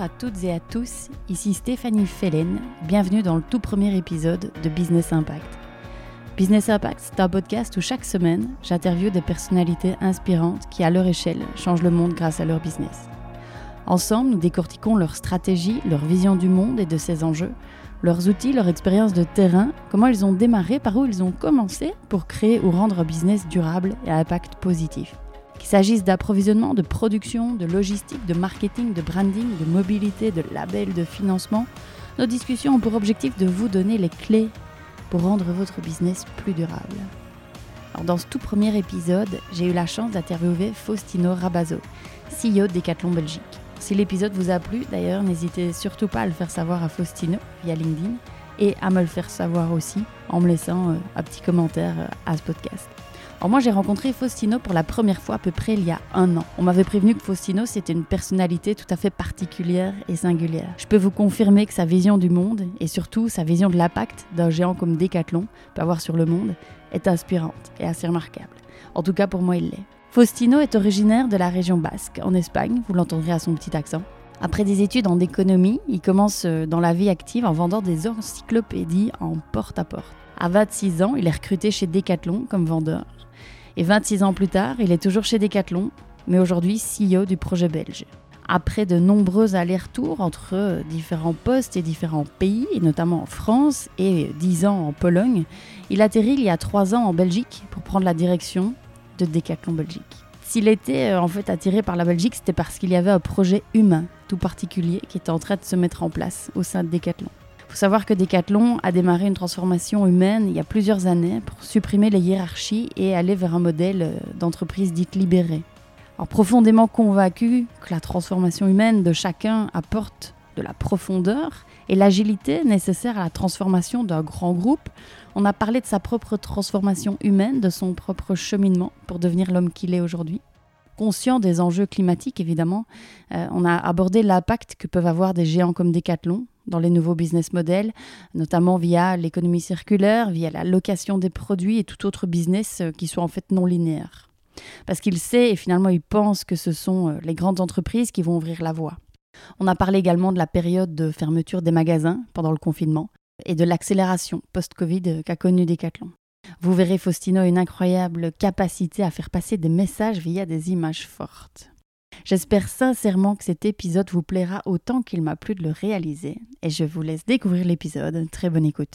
à toutes et à tous, ici Stéphanie Fellen, bienvenue dans le tout premier épisode de Business Impact. Business Impact, c'est un podcast où chaque semaine, j'interviewe des personnalités inspirantes qui, à leur échelle, changent le monde grâce à leur business. Ensemble, nous décortiquons leur stratégie, leur vision du monde et de ses enjeux, leurs outils, leur expérience de terrain, comment ils ont démarré, par où ils ont commencé pour créer ou rendre un business durable et à impact positif. Qu'il s'agisse d'approvisionnement, de production, de logistique, de marketing, de branding, de mobilité, de label, de financement, nos discussions ont pour objectif de vous donner les clés pour rendre votre business plus durable. Alors dans ce tout premier épisode, j'ai eu la chance d'interviewer Faustino Rabazo, CEO de Decathlon Belgique. Si l'épisode vous a plu, d'ailleurs, n'hésitez surtout pas à le faire savoir à Faustino via LinkedIn et à me le faire savoir aussi en me laissant un petit commentaire à ce podcast. Alors moi, j'ai rencontré Faustino pour la première fois à peu près il y a 1 an. On m'avait prévenu que Faustino, c'était une personnalité tout à fait particulière et singulière. Je peux vous confirmer que sa vision du monde, et surtout sa vision de l'impact d'un géant comme Decathlon peut avoir sur le monde, est inspirante et assez remarquable. En tout cas, pour moi, il l'est. Faustino est originaire de la région basque, en Espagne, vous l'entendrez à son petit accent. Après des études en économie, il commence dans la vie active en vendant des encyclopédies en porte-à-porte. À 26 ans, il est recruté chez Decathlon comme vendeur. Et 26 ans plus tard, il est toujours chez Decathlon, mais aujourd'hui CEO du projet belge. Après de nombreux allers-retours entre différents postes et différents pays, et notamment en France et 10 ans en Pologne, il atterrit il y a 3 ans en Belgique pour prendre la direction de Decathlon Belgique. S'il était en fait attiré par la Belgique, c'était parce qu'il y avait un projet humain tout particulier qui était en train de se mettre en place au sein de Decathlon. Il faut savoir que Decathlon a démarré une transformation humaine il y a plusieurs années pour supprimer les hiérarchies et aller vers un modèle d'entreprise dite libérée. Alors, profondément convaincu que la transformation humaine de chacun apporte de la profondeur et l'agilité nécessaire à la transformation d'un grand groupe, on a parlé de sa propre transformation humaine, de son propre cheminement pour devenir l'homme qu'il est aujourd'hui. Conscient des enjeux climatiques, évidemment, on a abordé l'impact que peuvent avoir des géants comme Decathlon dans les nouveaux business models, notamment via l'économie circulaire, via la location des produits et tout autre business qui soit en fait non linéaire. Parce qu'il sait et finalement il pense que ce sont les grandes entreprises qui vont ouvrir la voie. On a parlé également de la période de fermeture des magasins pendant le confinement et de l'accélération post-Covid qu'a connue Decathlon. Vous verrez Faustino a une incroyable capacité à faire passer des messages via des images fortes. J'espère sincèrement que cet épisode vous plaira autant qu'il m'a plu de le réaliser et je vous laisse découvrir l'épisode. Très bonne écoute.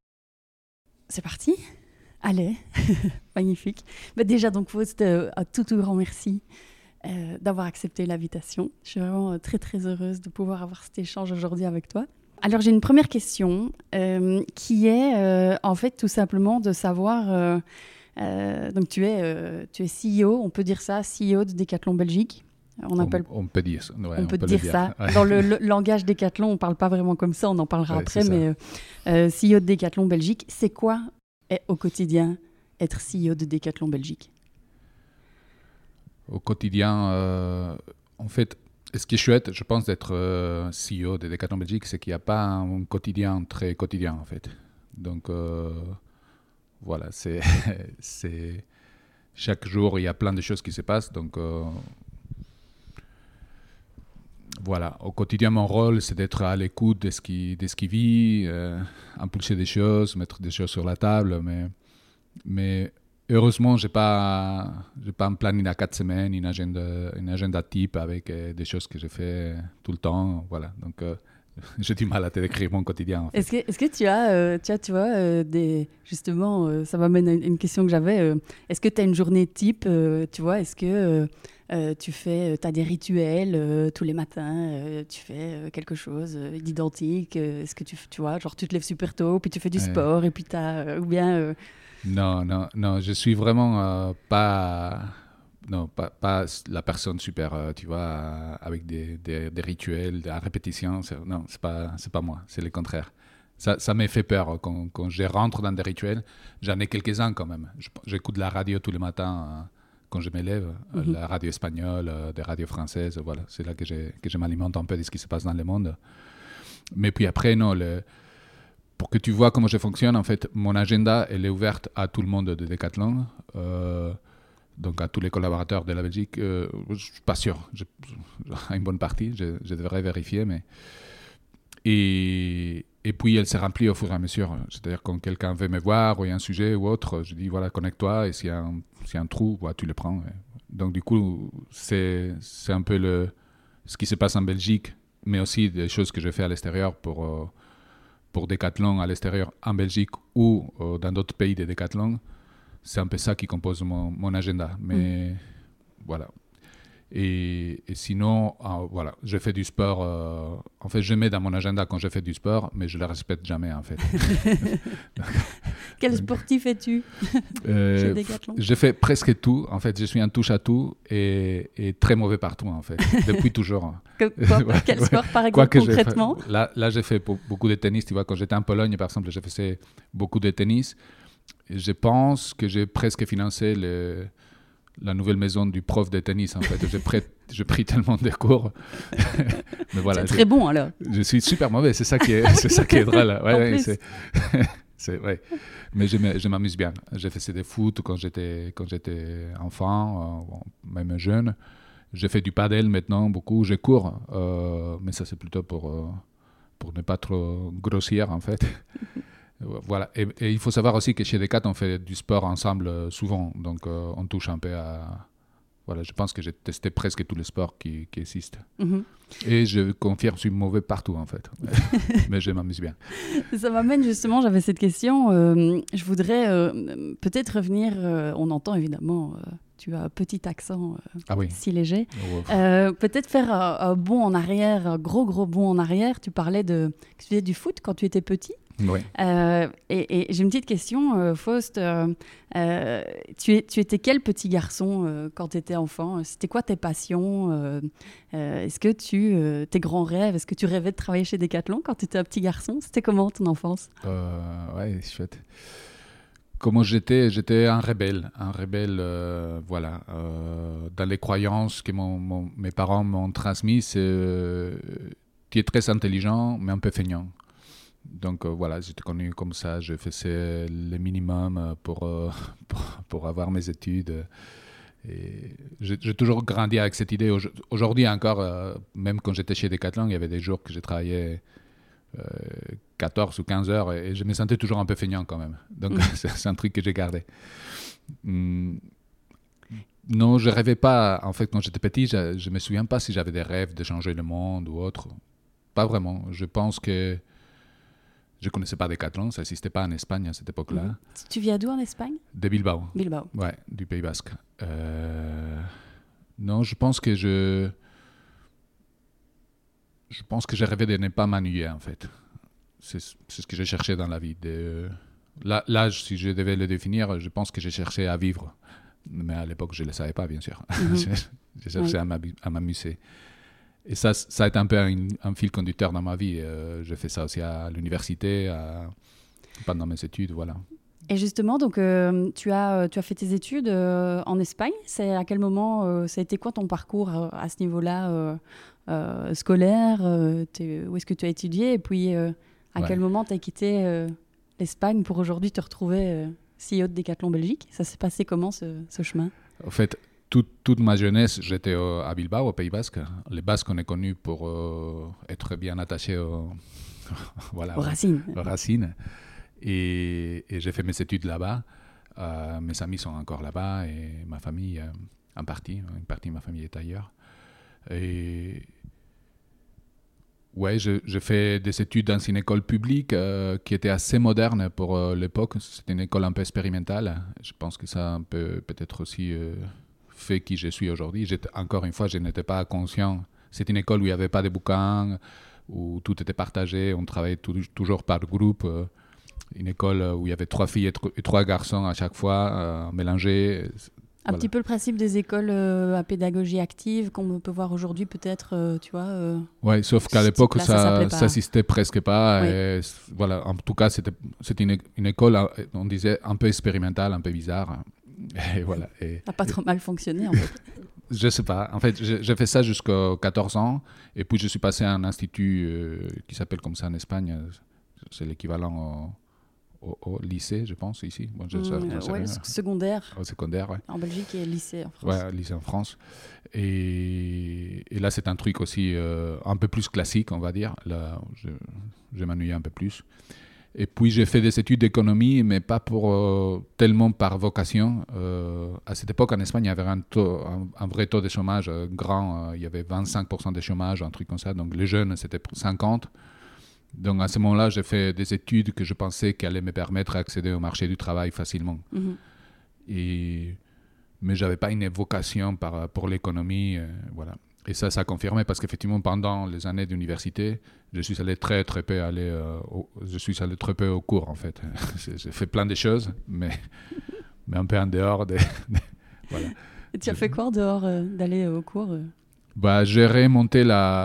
C'est parti ? Allez, magnifique. Mais déjà donc Faust, un tout grand merci d'avoir accepté l'invitation. Je suis vraiment très très heureuse de pouvoir avoir cet échange aujourd'hui avec toi. Alors j'ai une première question qui est en fait tout simplement de savoir, donc tu es CEO, on peut dire ça, CEO de Decathlon Belgique. On peut dire ça. Ouais, on peut dire ça. Ouais. Dans le langage Decathlon, on ne parle pas vraiment comme ça, on en parlera après, mais CEO de Decathlon Belgique, c'est quoi au quotidien être CEO de Decathlon Belgique ? Au quotidien, en fait, ce qui est chouette, je pense, d'être CEO de Decathlon Belgique, c'est qu'il n'y a pas un quotidien très quotidien, en fait. Donc, voilà, c'est chaque jour, il y a plein de choses qui se passent. Donc, voilà, au quotidien, mon rôle, c'est d'être à l'écoute de ce qui vit, impulser des choses, mettre des choses sur la table. Mais heureusement, je n'ai pas un planning à 4 semaines, une agenda type avec des choses que je fais tout le temps. Voilà, donc j'ai du mal à te décrire mon quotidien. En fait. Est-ce que tu as, justement, ça m'amène à une question que j'avais. Est-ce que tu as une journée type, tu vois, est-ce que tu as des rituels tous les matins, tu fais quelque chose d'identique, est-ce que tu vois, genre tu te lèves super tôt, puis tu fais du sport, et puis tu as, ou bien... Non, je suis vraiment pas la personne super, tu vois, avec des rituels, de la répétition. Non, c'est pas moi, c'est le contraire. Ça me fait peur quand je rentre dans des rituels. J'en ai quelques-uns quand même. J'écoute la radio tous les matins quand je me lève, la radio espagnole, des radios françaises. Voilà, c'est là que je m'alimente un peu de ce qui se passe dans le monde. Mais puis après, non, pour que tu vois comment je fonctionne, en fait, mon agenda, elle est ouverte à tout le monde de Decathlon. donc à tous les collaborateurs de la Belgique. Je ne suis pas sûr. Une bonne partie, je devrais vérifier. Et puis, elle s'est remplie au fur et à mesure. C'est-à-dire, quand quelqu'un veut me voir ou il y a un sujet ou autre, je dis, voilà, connecte-toi. Et s'il y a un trou, voilà, tu le prends. Donc, du coup, c'est un peu ce qui se passe en Belgique, mais aussi des choses que je fais à l'extérieur pour Decathlon à l'extérieur en Belgique ou dans d'autres pays de Decathlon. C'est un peu ça qui compose mon agenda. Mais voilà. Et sinon, voilà, je fais du sport. En fait, je mets dans mon agenda quand je fais du sport, mais je ne le respecte jamais, en fait. Quel sportif es-tu chez Decathlon? Je fais presque tout. En fait, je suis un touche-à-tout et très mauvais partout, en fait, depuis toujours. Quel sport, par exemple, concrètement? Là, j'ai fait beaucoup de tennis. Tu vois, quand j'étais en Pologne, par exemple, je faisais beaucoup de tennis. Et je pense que j'ai presque financé la nouvelle maison du prof de tennis, en fait. J'ai pris tellement de cours. Mais voilà, c'est très bon, alors. Je suis super mauvais, c'est ça qui est drôle. Ouais, ouais. Mais je m'amuse bien. J'ai fait des foot quand j'étais enfant, même jeune. J'ai fait du padel maintenant, beaucoup. Je cours, mais ça, c'est plutôt pour ne pas trop grossir, en fait. Voilà. Et il faut savoir aussi que chez Decat, on fait du sport ensemble souvent. Donc, on touche un peu à... Voilà, je pense que j'ai testé presque tous les sports qui existent. Mm-hmm. Et je confirme, je suis mauvais partout, en fait. Mais je m'amuse bien. Ça m'amène justement, j'avais cette question. Je voudrais peut-être revenir... on entend évidemment... tu as un petit accent si léger. Peut-être faire un bond en arrière, un gros bond en arrière. Tu parlais que tu faisais du foot quand tu étais petit. Oui. Et j'ai une petite question, Faust. Tu étais quel petit garçon quand tu étais enfant? C'était quoi tes passions? Est-ce que tes grands rêves, est-ce que tu rêvais de travailler chez Decathlon quand tu étais un petit garçon? C'était comment ton enfance? Oui, chouette. Comment j'étais un rebelle, voilà. Dans les croyances que mes parents m'ont transmises, tu es très intelligent, mais un peu feignant. Donc voilà, j'étais connu comme ça, je faisais le minimum pour avoir mes études. Et j'ai toujours grandi avec cette idée. Aujourd'hui encore, même quand j'étais chez Decathlon, il y avait des jours que j'ai travaillé 14 ou 15 heures et je me sentais toujours un peu feignant quand même. Donc c'est un truc que j'ai gardé. Non, je rêvais pas. En fait, quand j'étais petit, je me souviens pas si j'avais des rêves de changer le monde ou autre. Pas vraiment. Je pense que je connaissais pas Decathlon, ça n'existait pas en Espagne à cette époque-là. Tu viens d'où en Espagne? De Bilbao. Bilbao. Ouais, du Pays Basque. Non, je pense que je rêvais de ne pas m'ennuyer, en fait. C'est ce que j'ai cherché dans la vie. Là, si je devais le définir, je pense que j'ai cherché à vivre. Mais à l'époque, je ne le savais pas, bien sûr. J'ai cherché à m'amuser. Et ça a été un peu un fil conducteur dans ma vie. J'ai fait ça aussi à l'université, pendant mes études, voilà. Et justement, donc, tu as fait tes études en Espagne. C'est à quel moment, ça a été quoi ton parcours à ce niveau-là scolaire? Où est-ce que tu as étudié? Et puis, à quel moment tu as quitté l'Espagne pour aujourd'hui te retrouver CEO de Decathlon Belgique? Ça s'est passé comment, ce chemin? En fait, toute ma jeunesse, j'étais à Bilbao, au Pays Basque. Les Basques, on est connus pour être bien attachés aux racines. Et j'ai fait mes études là-bas. Mes amis sont encore là-bas et ma famille, une partie de ma famille est ailleurs. Et ouais, je fais des études dans une école publique qui était assez moderne pour l'époque. C'était une école un peu expérimentale. Je pense que ça a un peu peut-être aussi fait qui je suis aujourd'hui. Encore une fois, je n'étais pas conscient. C'est une école où il n'y avait pas de bouquins, où tout était partagé. On travaillait toujours par groupe. Une école où il y avait 3 filles et 3 garçons à chaque fois, mélangés. Un petit peu le principe des écoles à pédagogie active qu'on peut voir aujourd'hui peut-être, tu vois. Oui, sauf qu'à l'époque, ça n'existait presque pas. Oui. Et, voilà, en tout cas, c'était une école, on disait, un peu expérimentale, un peu bizarre. Et voilà. Ça n'a pas trop mal fonctionné, en fait. Je ne sais pas. En fait, j'ai fait ça jusqu'à 14 ans. Et puis, je suis passé à un institut qui s'appelle comme ça en Espagne. C'est l'équivalent au lycée, je pense, ici. Bon, secondaire. Au secondaire, ouais. En Belgique et lycée en France. Ouais, lycée en France. Et là, c'est un truc aussi un peu plus classique, on va dire. Là, je m'ennuyais un peu plus. Et puis, j'ai fait des études d'économie, mais pas tellement par vocation. À cette époque, en Espagne, il y avait un vrai taux de chômage grand. Il y avait 25% de chômage, un truc comme ça. Donc, les jeunes, c'était 50%. Donc, à ce moment-là, j'ai fait des études que je pensais qu'elles allaient me permettre d'accéder au marché du travail facilement. Mais je n'avais pas une vocation pour l'économie. Voilà. Et ça a confirmé parce qu'effectivement, pendant les années d'université, je suis allé très peu au cours, en fait. J'ai fait plein de choses, mais un peu en dehors. Voilà. Et tu as fait quoi en dehors d'aller au cours j'ai remonté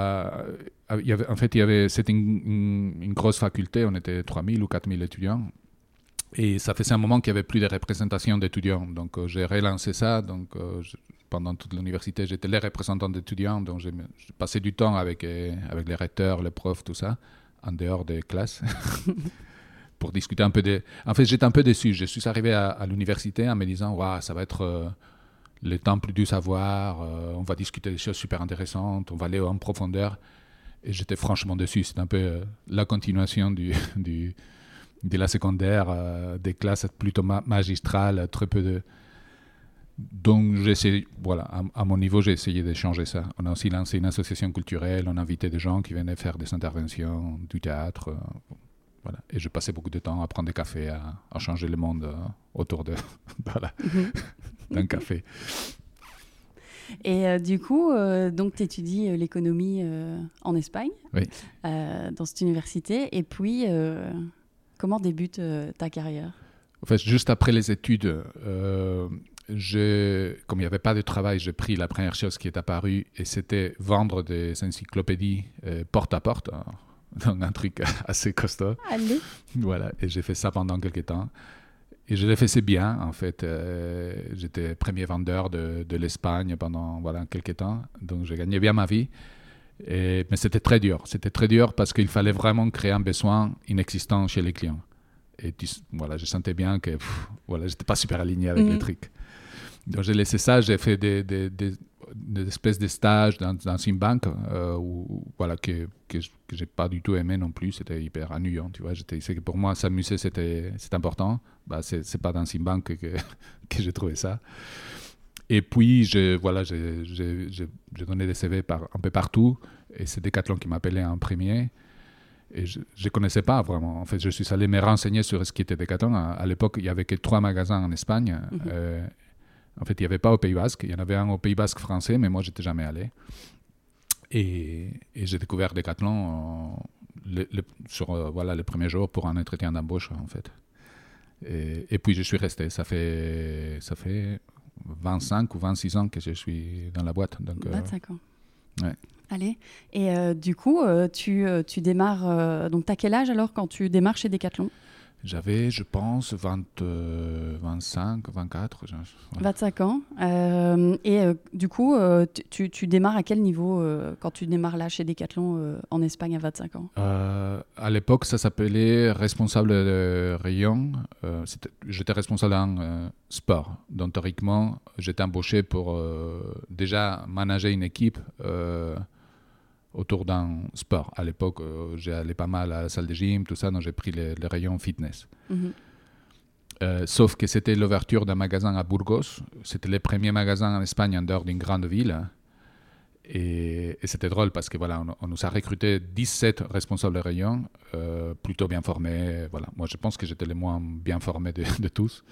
c'était une grosse faculté, on était 3000 ou 4000 étudiants. Et ça faisait un moment qu'il n'y avait plus de représentation d'étudiants. Donc, j'ai relancé ça. Donc, pendant toute l'université, j'étais le représentant d'étudiants. Donc, j'ai passé du temps avec les recteurs, les profs, tout ça, en dehors des classes, pour discuter un peu En fait, j'étais un peu déçu. Je suis arrivé à l'université en me disant, waouh, ça va être le temple du savoir. On va discuter des choses super intéressantes. On va aller en profondeur. Et j'étais franchement déçu. C'est un peu la continuation de la secondaire, des classes plutôt magistrales, très peu de... Donc, à mon niveau, j'ai essayé de changer ça. On a aussi lancé une association culturelle, on a invité des gens qui venaient faire des interventions, du théâtre. Voilà. Et je passais beaucoup de temps à prendre des cafés, à changer le monde autour d'un café. Et du coup, donc tu étudies l'économie en Espagne, oui. Dans cette université. Et puis... comment débute ta carrière ? En fait, juste après les études, comme il n'y avait pas de travail, j'ai pris la première chose qui est apparue et c'était vendre des encyclopédies porte à porte. Donc un truc assez costaud. Allez. Voilà, et j'ai fait ça pendant quelques temps. Et je le faisais bien, en fait. J'étais premier vendeur de l'Espagne pendant quelques temps. Donc, je gagnais bien ma vie. Mais c'était très dur. C'était très dur parce qu'il fallait vraiment créer un besoin inexistant chez les clients. Et je sentais bien que je n'étais pas super aligné avec les trucs. Donc, j'ai laissé ça. J'ai fait des espèces de stages dans une banque que je n'ai pas du tout aimé non plus. C'était hyper ennuyant. Tu vois. Pour moi, s'amuser, c'est important. Ce n'est pas dans une banque que j'ai trouvé ça. Et puis, j'ai donné des CV un peu partout. Et c'est Decathlon qui m'appelait en premier. Et je ne connaissais pas vraiment. En fait, je suis allé me renseigner sur ce qui était Decathlon. À l'époque, il n'y avait que 3 magasins en Espagne. En fait, il n'y avait pas au Pays Basque. Il y en avait un au Pays Basque français, mais moi, je n'étais jamais allé. Et j'ai découvert Decathlon le premier jour pour un entretien d'embauche, en fait. Et puis, je suis resté. Ça fait 25 ou 26 ans que je suis dans la boîte. Donc, 25 ans. Ouais. Allez. Et du coup, tu démarres... donc, tu as quel âge alors quand tu démarres chez Decathlon ? J'avais, je pense, 25, 24. Ouais. 25 ans. Du coup, tu démarres à quel niveau quand tu démarres là chez Decathlon en Espagne à 25 ans ? À l'époque, ça s'appelait responsable de rayon. J'étais responsable d'un sport. Donc, théoriquement, j'étais embauché pour déjà manager une équipe autour d'un sport. À l'époque, j'allais pas mal à la salle de gym, tout ça, donc j'ai pris les rayons fitness. Sauf que c'était l'ouverture d'un magasin à Burgos. C'était le premier magasin en Espagne en dehors d'une grande ville. Et c'était drôle parce que on nous a recruté 17 responsables de rayon, plutôt bien formés. Voilà. Moi, je pense que j'étais le moins bien formé de tous.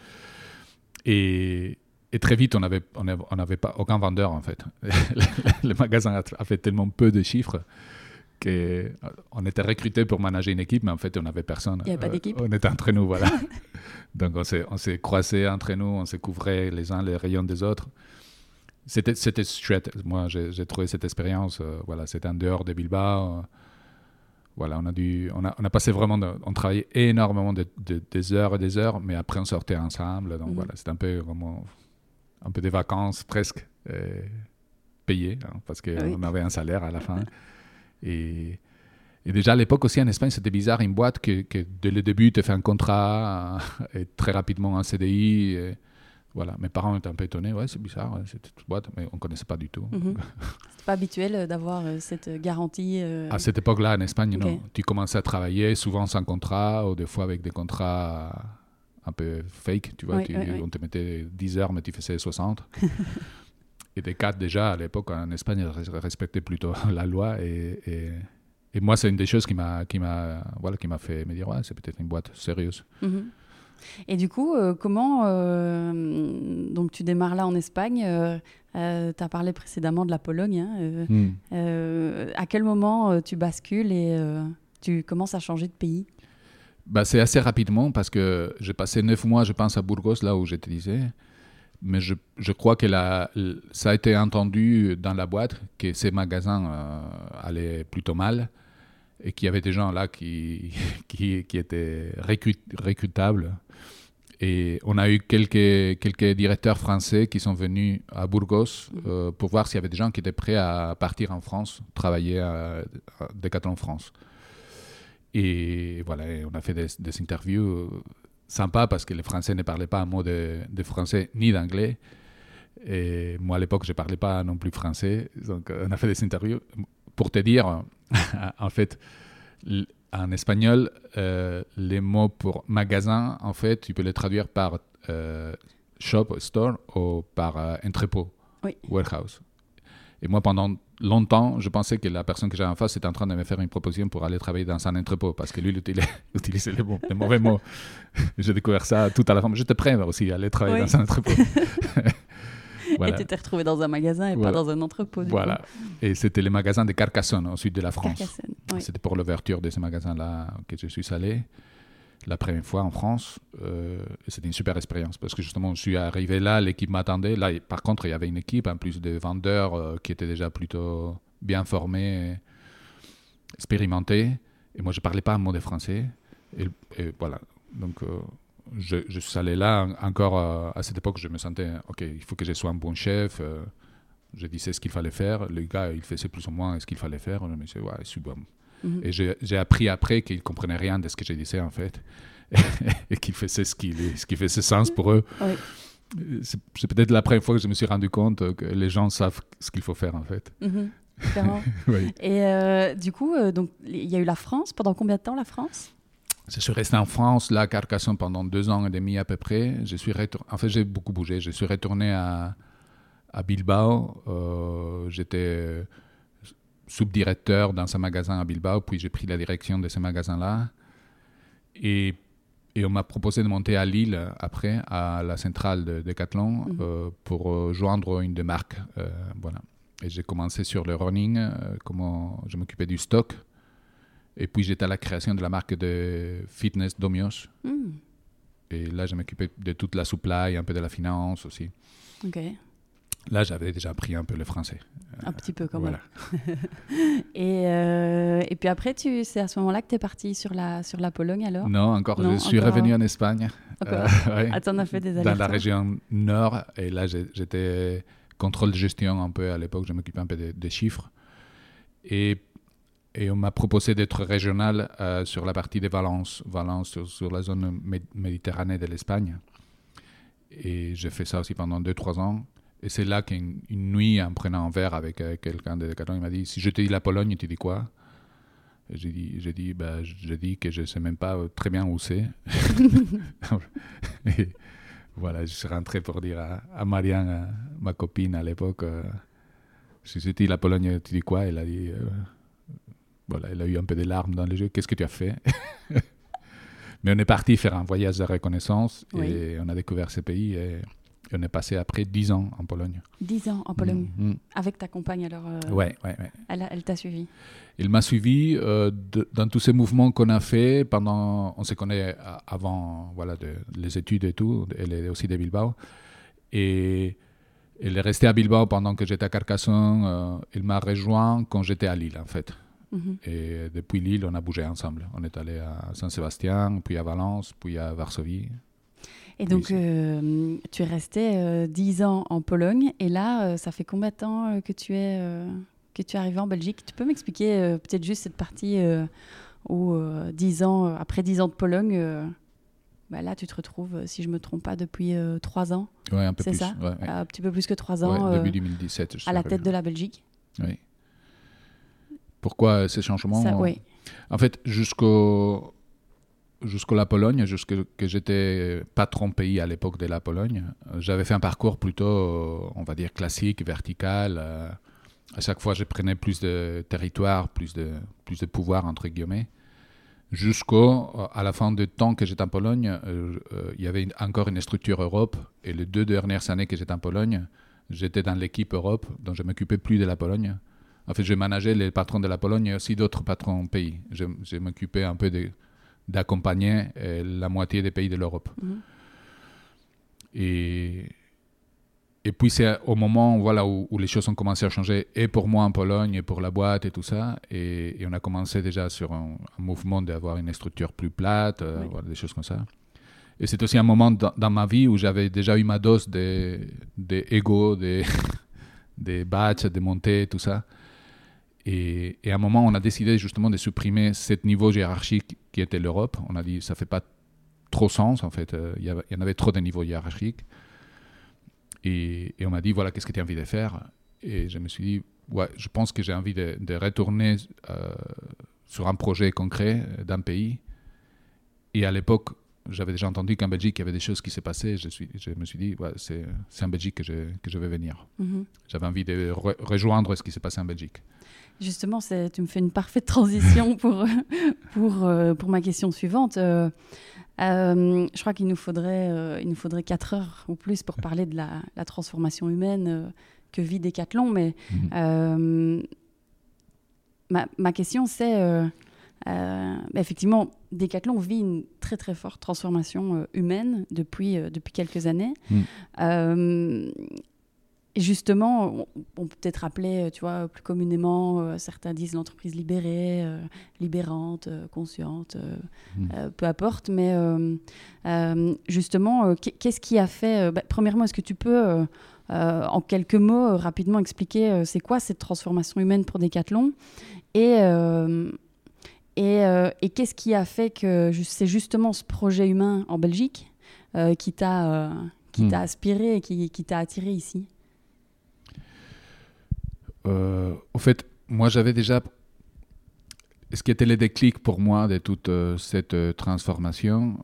Et très vite, on n'avait pas aucun vendeur, en fait. Le magasin a fait tellement peu de chiffres qu'on était recruté pour manager une équipe, mais en fait, on n'avait personne. Il n'y avait pas d'équipe. On était entre nous, voilà. Donc, on s'est croisés entre nous, on s'est couvrait les uns les rayons des autres. C'était chouette. Moi, j'ai trouvé cette expérience. C'était en dehors de Bilbao. On a passé vraiment... on travaillait énormément des heures et des heures, mais après, on sortait ensemble. Donc, c'était un peu vraiment... un peu des vacances presque payées, parce qu'on avait un salaire à la fin. Et Et déjà à l'époque aussi en Espagne, c'était bizarre, une boîte que dès le début te fait un contrat et très rapidement un CDI. Et voilà, mes parents étaient un peu étonnés, ouais, c'est bizarre, ouais, cette boîte, mais on ne connaissait pas du tout. C'était pas habituel d'avoir cette garantie. À cette époque-là, en Espagne, Ok. non. Tu commençais à travailler souvent sans contrat ou des fois avec des contrats un peu fake, tu vois. Oui, oui, oui. On te mettait 10 heures, mais tu faisais 60. Et des cadres, déjà, à l'époque, en Espagne, respectaient plutôt la loi. Et moi, c'est une des choses qui m'a fait me dire, ouais, c'est peut-être une boîte sérieuse. Mhm. Et du coup, comment donc tu démarres là en Espagne, tu as parlé précédemment de la Pologne, hein, à quel moment tu bascules et tu commences à changer de pays? Bah, c'est assez rapidement parce que j'ai passé 9 mois, je pense, à Burgos, là où je te disais. Mais je crois que ça a été entendu dans la boîte que ces magasins allaient plutôt mal et qu'il y avait des gens là qui étaient recrutables. Et on a eu quelques directeurs français qui sont venus à Burgos pour voir s'il y avait des gens qui étaient prêts à partir en France, travailler à Decathlon France. Et voilà, on a fait des interviews sympas parce que les Français ne parlaient pas un mot de français ni d'anglais. Et moi, à l'époque, je ne parlais pas non plus français. Donc, on a fait des interviews. Pour te dire, en fait, en espagnol, les mots pour magasin, en fait, tu peux les traduire par shop, store, ou par entrepôt, Oui. warehouse. Et moi, pendant longtemps, je pensais que la personne que j'avais en face était en train de me faire une proposition pour aller travailler dans un entrepôt, parce que lui, il utilisait les mauvais mots. J'ai découvert ça tout à la fin. J'étais prêt aussi à aller travailler dans un entrepôt. Voilà. Et tu t'es retrouvé dans un magasin et pas dans un entrepôt. Voilà. Coup. Et c'était les magasins de Carcassonne, au sud de la France. Carcassonne, oui. C'était pour l'ouverture de ces magasins-là que je suis allé la première fois en France. C'était une super expérience parce que justement, je suis arrivé là, l'équipe m'attendait. Là, par contre, il y avait une équipe, en plus de vendeurs qui étaient déjà plutôt bien formés, expérimentés. Et moi, je ne parlais pas un mot de français. Et voilà. Donc, je suis allé là. Encore à cette époque, je me sentais, OK, il faut que je sois un bon chef. Je disais ce qu'il fallait faire. Le gars, il faisait plus ou moins ce qu'il fallait faire. Je me disais, ouais, c'est bon. Et j'ai appris après qu'ils ne comprenaient rien de ce que je disais, en fait. Et qu'ils faisaient ce qui faisait sens pour eux. Oui. C'est peut-être la première fois que je me suis rendu compte que les gens savent ce qu'il faut faire, en fait. Clairement. Oui. Et du coup, donc, il y a eu la France. Pendant combien de temps, la France ? Je suis resté en France, là, à Carcassonne, pendant 2 ans et demi à peu près. En fait, j'ai beaucoup bougé. Je suis retourné à Bilbao. J'étais subdirecteur dans un magasin à Bilbao, puis j'ai pris la direction de ce magasin-là. Et on m'a proposé de monter à Lille, après, à la centrale de Decathlon, pour joindre une des marques. Voilà. Et j'ai commencé sur le running, comment je m'occupais du stock. Et puis j'étais à la création de la marque de fitness Domios. Et là, je m'occupais de toute la supply, un peu de la finance aussi. Ok. Là, j'avais déjà appris un peu le français. Un petit peu quand même. Et puis après, c'est à ce moment-là que tu es parti sur la Pologne alors ? Non, je suis revenu en Espagne. Ouais. Ah, t'en as fait des allers-retours ? Dans la région nord. Et là, j'étais contrôle de gestion un peu à l'époque. Je m'occupais un peu des chiffres. Et on m'a proposé d'être régional sur la partie de Valence sur la zone méditerranée de l'Espagne. Et j'ai fait ça aussi pendant 2-3 ans. Et c'est là qu'une nuit, en prenant un verre avec quelqu'un de Decathlon, il m'a dit, si je te dis la Pologne, tu dis quoi ? J'ai dit que je ne sais même pas très bien où c'est. Et voilà, je suis rentré pour dire à Marianne, ma copine à l'époque, si je te dis la Pologne, tu dis quoi ? Elle a dit... Voilà, elle a eu un peu de larmes dans les yeux. Qu'est-ce que tu as fait ? Mais on est parti faire un voyage de reconnaissance et on a découvert ce pays et on est passé après 10 ans en Pologne. 10 ans en Pologne. Avec ta compagne alors Ouais. Elle t'a suivi ? Il m'a suivi dans tous ces mouvements qu'on a fait pendant... On se connaît avant les études et tout. Elle est aussi de Bilbao. Et elle est restée à Bilbao pendant que j'étais à Carcassonne. Il m'a rejoint quand j'étais à Lille, en fait. Et depuis Lille, on a bougé ensemble. On est allé à Saint-Sébastien, puis à Valence, puis à Varsovie. Et donc, tu es resté 10 ans en Pologne. Et là, ça fait combien de temps que tu es que tu es arrivé en Belgique. Tu peux m'expliquer peut-être juste cette partie où après 10 ans de Pologne, là tu te retrouves, si je ne me trompe pas, depuis 3 ans. Oui, un peu c'est plus. Ça ouais. Un petit peu plus que 3 ans. Début 2017. À la tête de la Belgique. Oui. Pourquoi ces changements Oui. En fait, jusqu'à la Pologne, jusqu'à que j'étais patron pays à l'époque de la Pologne, j'avais fait un parcours plutôt, on va dire, classique, vertical. À chaque fois, je prenais plus de territoire, plus de pouvoir, entre guillemets. Jusqu'à la fin du temps que j'étais en Pologne, il y avait encore une structure Europe. Et les 2 dernières années que j'étais en Pologne, j'étais dans l'équipe Europe, donc je ne m'occupais plus de la Pologne. En fait, je manageais les patrons de la Pologne et aussi d'autres patrons pays. Je m'occupais un peu d'accompagner la moitié des pays de l'Europe. Et puis, c'est au moment où les choses ont commencé à changer, et pour moi en Pologne, et pour la boîte, et tout ça. Et on a commencé déjà sur un mouvement d'avoir une structure plus plate, voilà, des choses comme ça. Et c'est aussi un moment dans ma vie où j'avais déjà eu ma dose d'ego, des batchs, des montées, tout ça. Et à un moment, on a décidé justement de supprimer ce niveau hiérarchique qui était l'Europe. On a dit ça ne fait pas trop sens, en fait. Il y en avait trop de niveaux hiérarchiques. Et on m'a dit, voilà, qu'est-ce que tu as envie de faire? Et je me suis dit, ouais, je pense que j'ai envie de retourner sur un projet concret d'un pays. Et à l'époque, j'avais déjà entendu qu'en Belgique, il y avait des choses qui se passaient. Je me suis dit, ouais, c'est en Belgique que je vais venir. J'avais envie de rejoindre ce qui s'est passé en Belgique. Justement, tu me fais une parfaite transition pour ma question suivante. Je crois qu'il nous faudrait 4 heures ou plus pour parler de la transformation humaine que vit Decathlon. Mais ma question, c'est effectivement, Decathlon vit une très très forte transformation humaine depuis quelques années. Et justement, on peut peut-être appeler, tu vois, plus communément, certains disent l'entreprise libérée, libérante, consciente, peu importe. Mais justement, qu'est-ce qui a fait... premièrement, est-ce que tu peux, en quelques mots, rapidement expliquer c'est quoi cette transformation humaine pour Decathlon et qu'est-ce qui a fait que c'est justement ce projet humain en Belgique qui t'a aspiré et qui t'a attiré ici? Au fait, moi j'avais déjà... Ce qui était le déclic pour moi de toute cette transformation,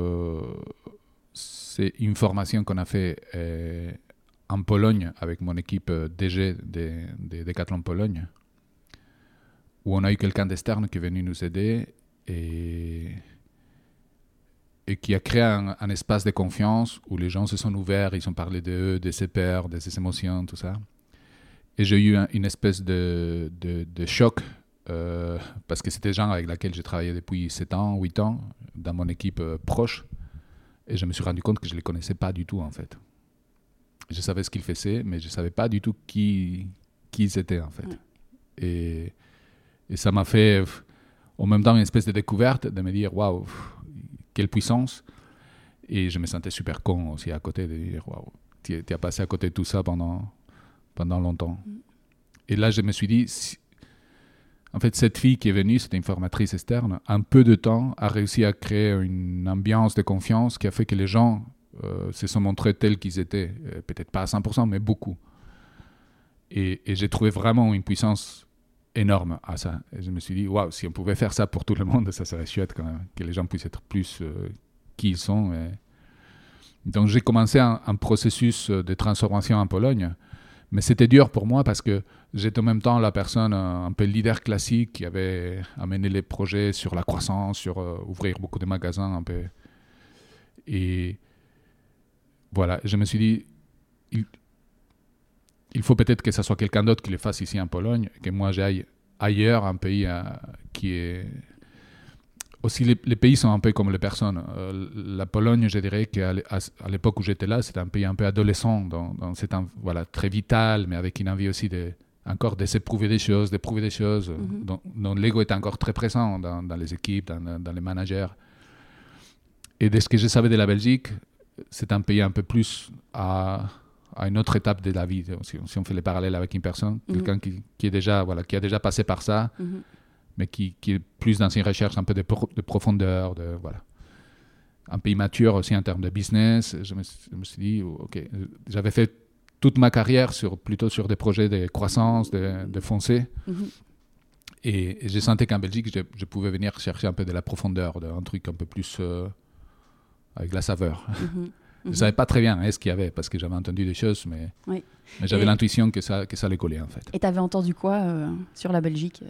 c'est une formation qu'on a fait en Pologne avec mon équipe DG de Decathlon Pologne, où on a eu quelqu'un d'externe qui est venu nous aider et qui a créé un espace de confiance où les gens se sont ouverts, ils ont parlé d'eux, de ses peurs, de ses émotions, tout ça. Et j'ai eu une espèce de choc parce que c'était des gens avec lesquels j'ai travaillé depuis 7 ans, 8 ans, dans mon équipe proche. Et je me suis rendu compte que je ne les connaissais pas du tout, en fait. Je savais ce qu'ils faisaient, mais je ne savais pas du tout qui ils étaient, en fait. Et ça m'a fait, en même temps, une espèce de découverte de me dire, waouh, quelle puissance. Et je me sentais super con aussi à côté de dire, waouh, tu as passé à côté de tout ça pendant longtemps. Et là, je me suis dit, en fait, cette fille qui est venue, c'était une formatrice externe, en peu de temps, a réussi à créer une ambiance de confiance qui a fait que les gens se sont montrés tels qu'ils étaient. Peut-être pas à 100%, mais beaucoup. Et j'ai trouvé vraiment une puissance énorme à ça. Et je me suis dit, waouh, si on pouvait faire ça pour tout le monde, ça serait chouette quand même, que les gens puissent être plus qui ils sont. Donc, j'ai commencé un processus de transformation en Pologne. Mais c'était dur pour moi parce que j'étais en même temps la personne un peu leader classique qui avait amené les projets sur la croissance, sur ouvrir beaucoup de magasins un peu. Et voilà, je me suis dit, il faut peut-être que ce soit quelqu'un d'autre qui le fasse ici en Pologne, que moi j'aille ailleurs, un pays qui est... Aussi, les pays sont un peu comme les personnes. La Pologne, je dirais qu'à l'époque où j'étais là, c'était un pays un peu adolescent, voilà, très vital, mais avec une envie aussi encore de s'éprouver des choses, d'éprouver des choses, dont l'ego était encore très présent dans les équipes, dans les managers. Et de ce que je savais de la Belgique, c'est un pays un peu plus à à une autre étape de la vie. Si on fait les parallèles avec une personne, quelqu'un qui est déjà, qui a déjà passé par ça, mais qui est plus dans une recherche un peu de profondeur, un peu immature aussi en termes de business. Je me suis dit, ok, j'avais fait toute ma carrière plutôt sur des projets de croissance, de foncé. Et j'ai senti qu'en Belgique, je pouvais venir chercher un peu de la profondeur, un truc un peu plus avec de la saveur. Je ne savais pas très bien ce qu'il y avait, parce que j'avais entendu des choses, mais j'avais l'intuition que ça allait coller, en fait. Et tu avais entendu quoi sur la Belgique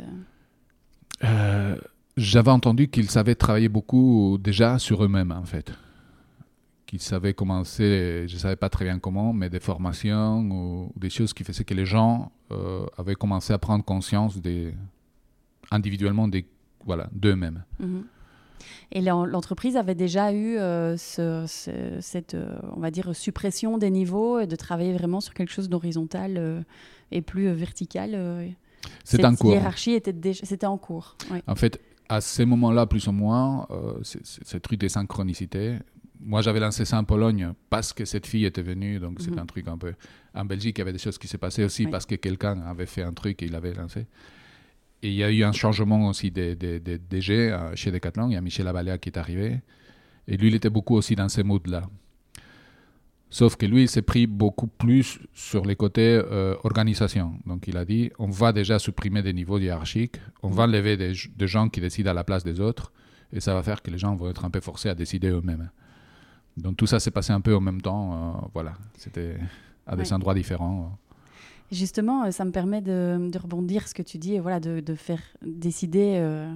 J'avais entendu qu'ils savaient travailler beaucoup déjà sur eux-mêmes, en fait. Qu'ils savaient commencer, je ne savais pas très bien comment, mais des formations ou des choses qui faisaient que les gens avaient commencé à prendre conscience individuellement d'eux-mêmes. Et l'entreprise avait déjà eu cette, on va dire, suppression des niveaux et de travailler vraiment sur quelque chose d'horizontal et plus vertical. C'était en cours. Cette hiérarchie c'était en cours. Oui. En fait, à ces moments-là, plus ou moins, ce truc des synchronicités, moi j'avais lancé ça en Pologne parce que cette fille était venue, donc c'était un truc un peu... En Belgique, il y avait des choses qui se passaient aussi parce que quelqu'un avait fait un truc et il l'avait lancé. Et il y a eu un changement aussi des DG chez Decathlon. Il y a Michel Abalea qui est arrivé. Et lui, il était beaucoup aussi dans ces moods-là. Sauf que lui, il s'est pris beaucoup plus sur les côtés organisation. Donc, il a dit, on va déjà supprimer des niveaux hiérarchiques. On va enlever des gens qui décident à la place des autres. Et ça va faire que les gens vont être un peu forcés à décider eux-mêmes. Donc, tout ça s'est passé un peu en même temps. C'était à des endroits différents. Justement, ça me permet de rebondir ce que tu dis, de faire décider,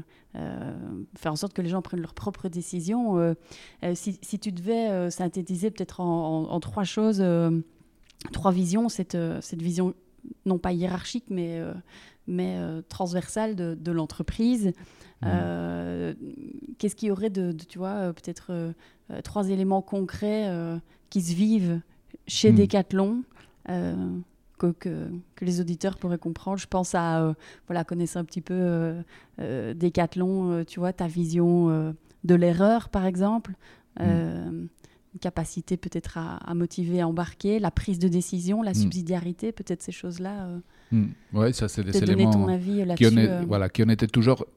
faire en sorte que les gens prennent leurs propres décisions. Si tu devais synthétiser peut-être en trois choses, trois visions, cette vision non pas hiérarchique, mais transversale de l'entreprise, qu'est-ce qu'il y aurait tu vois, peut-être trois éléments concrets qui se vivent chez Decathlon que les auditeurs pourraient comprendre. Je pense à connaître un petit peu Decathlon, tu vois, ta vision de l'erreur, par exemple, une capacité peut-être à motiver, à embarquer, la prise de décision, la subsidiarité, peut-être ces choses-là. Oui, ça, c'est des donner éléments ton avis là-dessus. Qui en étaient toujours...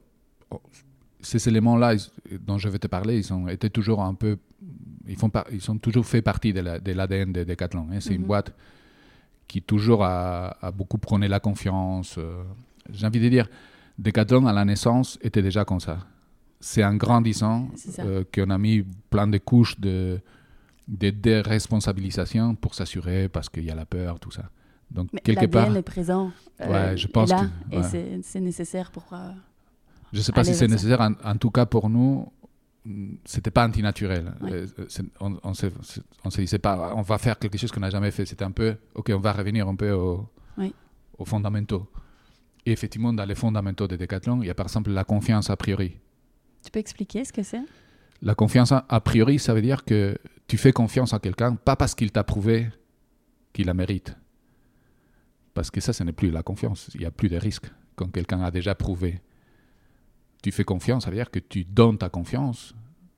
Ces éléments-là dont je vais te parler, ils ont été toujours un peu... Ils sont toujours fait partie de l'ADN de Decathlon. C'est une boîte qui toujours a beaucoup prôné la confiance. J'ai envie de dire, Decathlon à la naissance était déjà comme ça. C'est en grandissant qu'on a mis plein de couches de déresponsabilisation pour s'assurer, parce qu'il y a la peur, tout ça. Donc, mais quelque l'ADN part, est présent, je pense là, et c'est nécessaire pour... je ne sais pas si c'est nécessaire, en tout cas pour nous, c'était pas antinaturel. On se disait pas, on va faire quelque chose qu'on n'a jamais fait. C'était un peu, ok, on va revenir un peu aux fondamentaux. Et effectivement, dans les fondamentaux de Decathlon, il y a par exemple la confiance a priori. Tu peux expliquer ce que c'est ? La confiance a priori, ça veut dire que tu fais confiance à quelqu'un, pas parce qu'il t'a prouvé qu'il la mérite. Parce que ça, ce n'est plus la confiance. Il n'y a plus de risque quand quelqu'un a déjà prouvé. Tu fais confiance, ça veut dire que tu donnes ta confiance,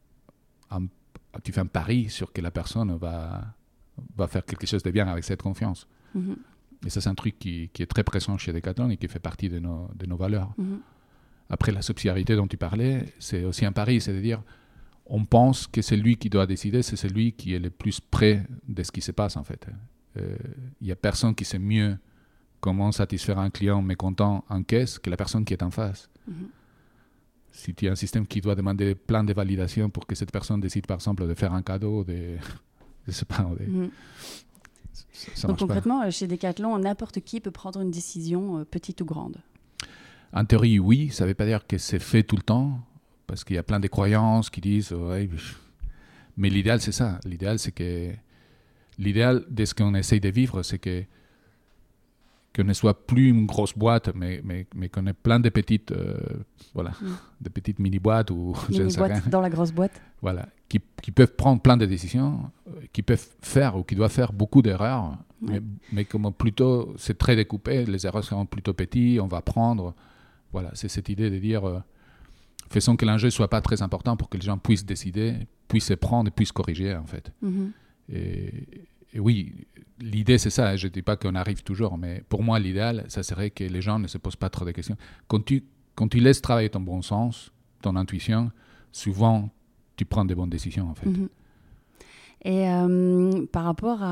tu fais un pari sur que la personne va faire quelque chose de bien avec cette confiance. Et ça, c'est un truc qui est très présent chez Decathlon et qui fait partie de nos valeurs. Après, la subsidiarité dont tu parlais, c'est aussi un pari, c'est-à-dire on pense que c'est lui qui doit décider, c'est celui qui est le plus près de ce qui se passe en fait. Il n'y a personne qui sait mieux comment satisfaire un client mécontent en caisse que la personne qui est en face. Si tu as un système qui doit demander plein de validations pour que cette personne décide, par exemple, de faire un cadeau, je sais pas. Ça donc concrètement, pas. Chez Decathlon, n'importe qui peut prendre une décision, petite ou grande. En théorie, oui. Ça ne veut pas dire que c'est fait tout le temps, parce qu'il y a plein de croyances qui disent... mais l'idéal, c'est ça. L'idéal de ce qu'on essaye de vivre, c'est qu'on ne soit plus une grosse boîte, mais qu'on ait plein de petites, de petites mini-boîtes ou je ne sais rien. Dans la grosse boîte. Voilà, qui peuvent prendre plein de décisions, qui peuvent faire ou qui doivent faire beaucoup d'erreurs, mais comme plutôt c'est très découpé, les erreurs seront plutôt petites, on va prendre. Voilà, c'est cette idée de dire, faisons que l'enjeu ne soit pas très important pour que les gens puissent décider, puissent se prendre et puissent corriger en fait. Et oui, l'idée, c'est ça. Je ne dis pas qu'on arrive toujours, mais pour moi, l'idéal, ça serait que les gens ne se posent pas trop de questions. Quand tu laisses travailler ton bon sens, ton intuition, souvent, tu prends des bonnes décisions, en fait. Mm-hmm. Et par rapport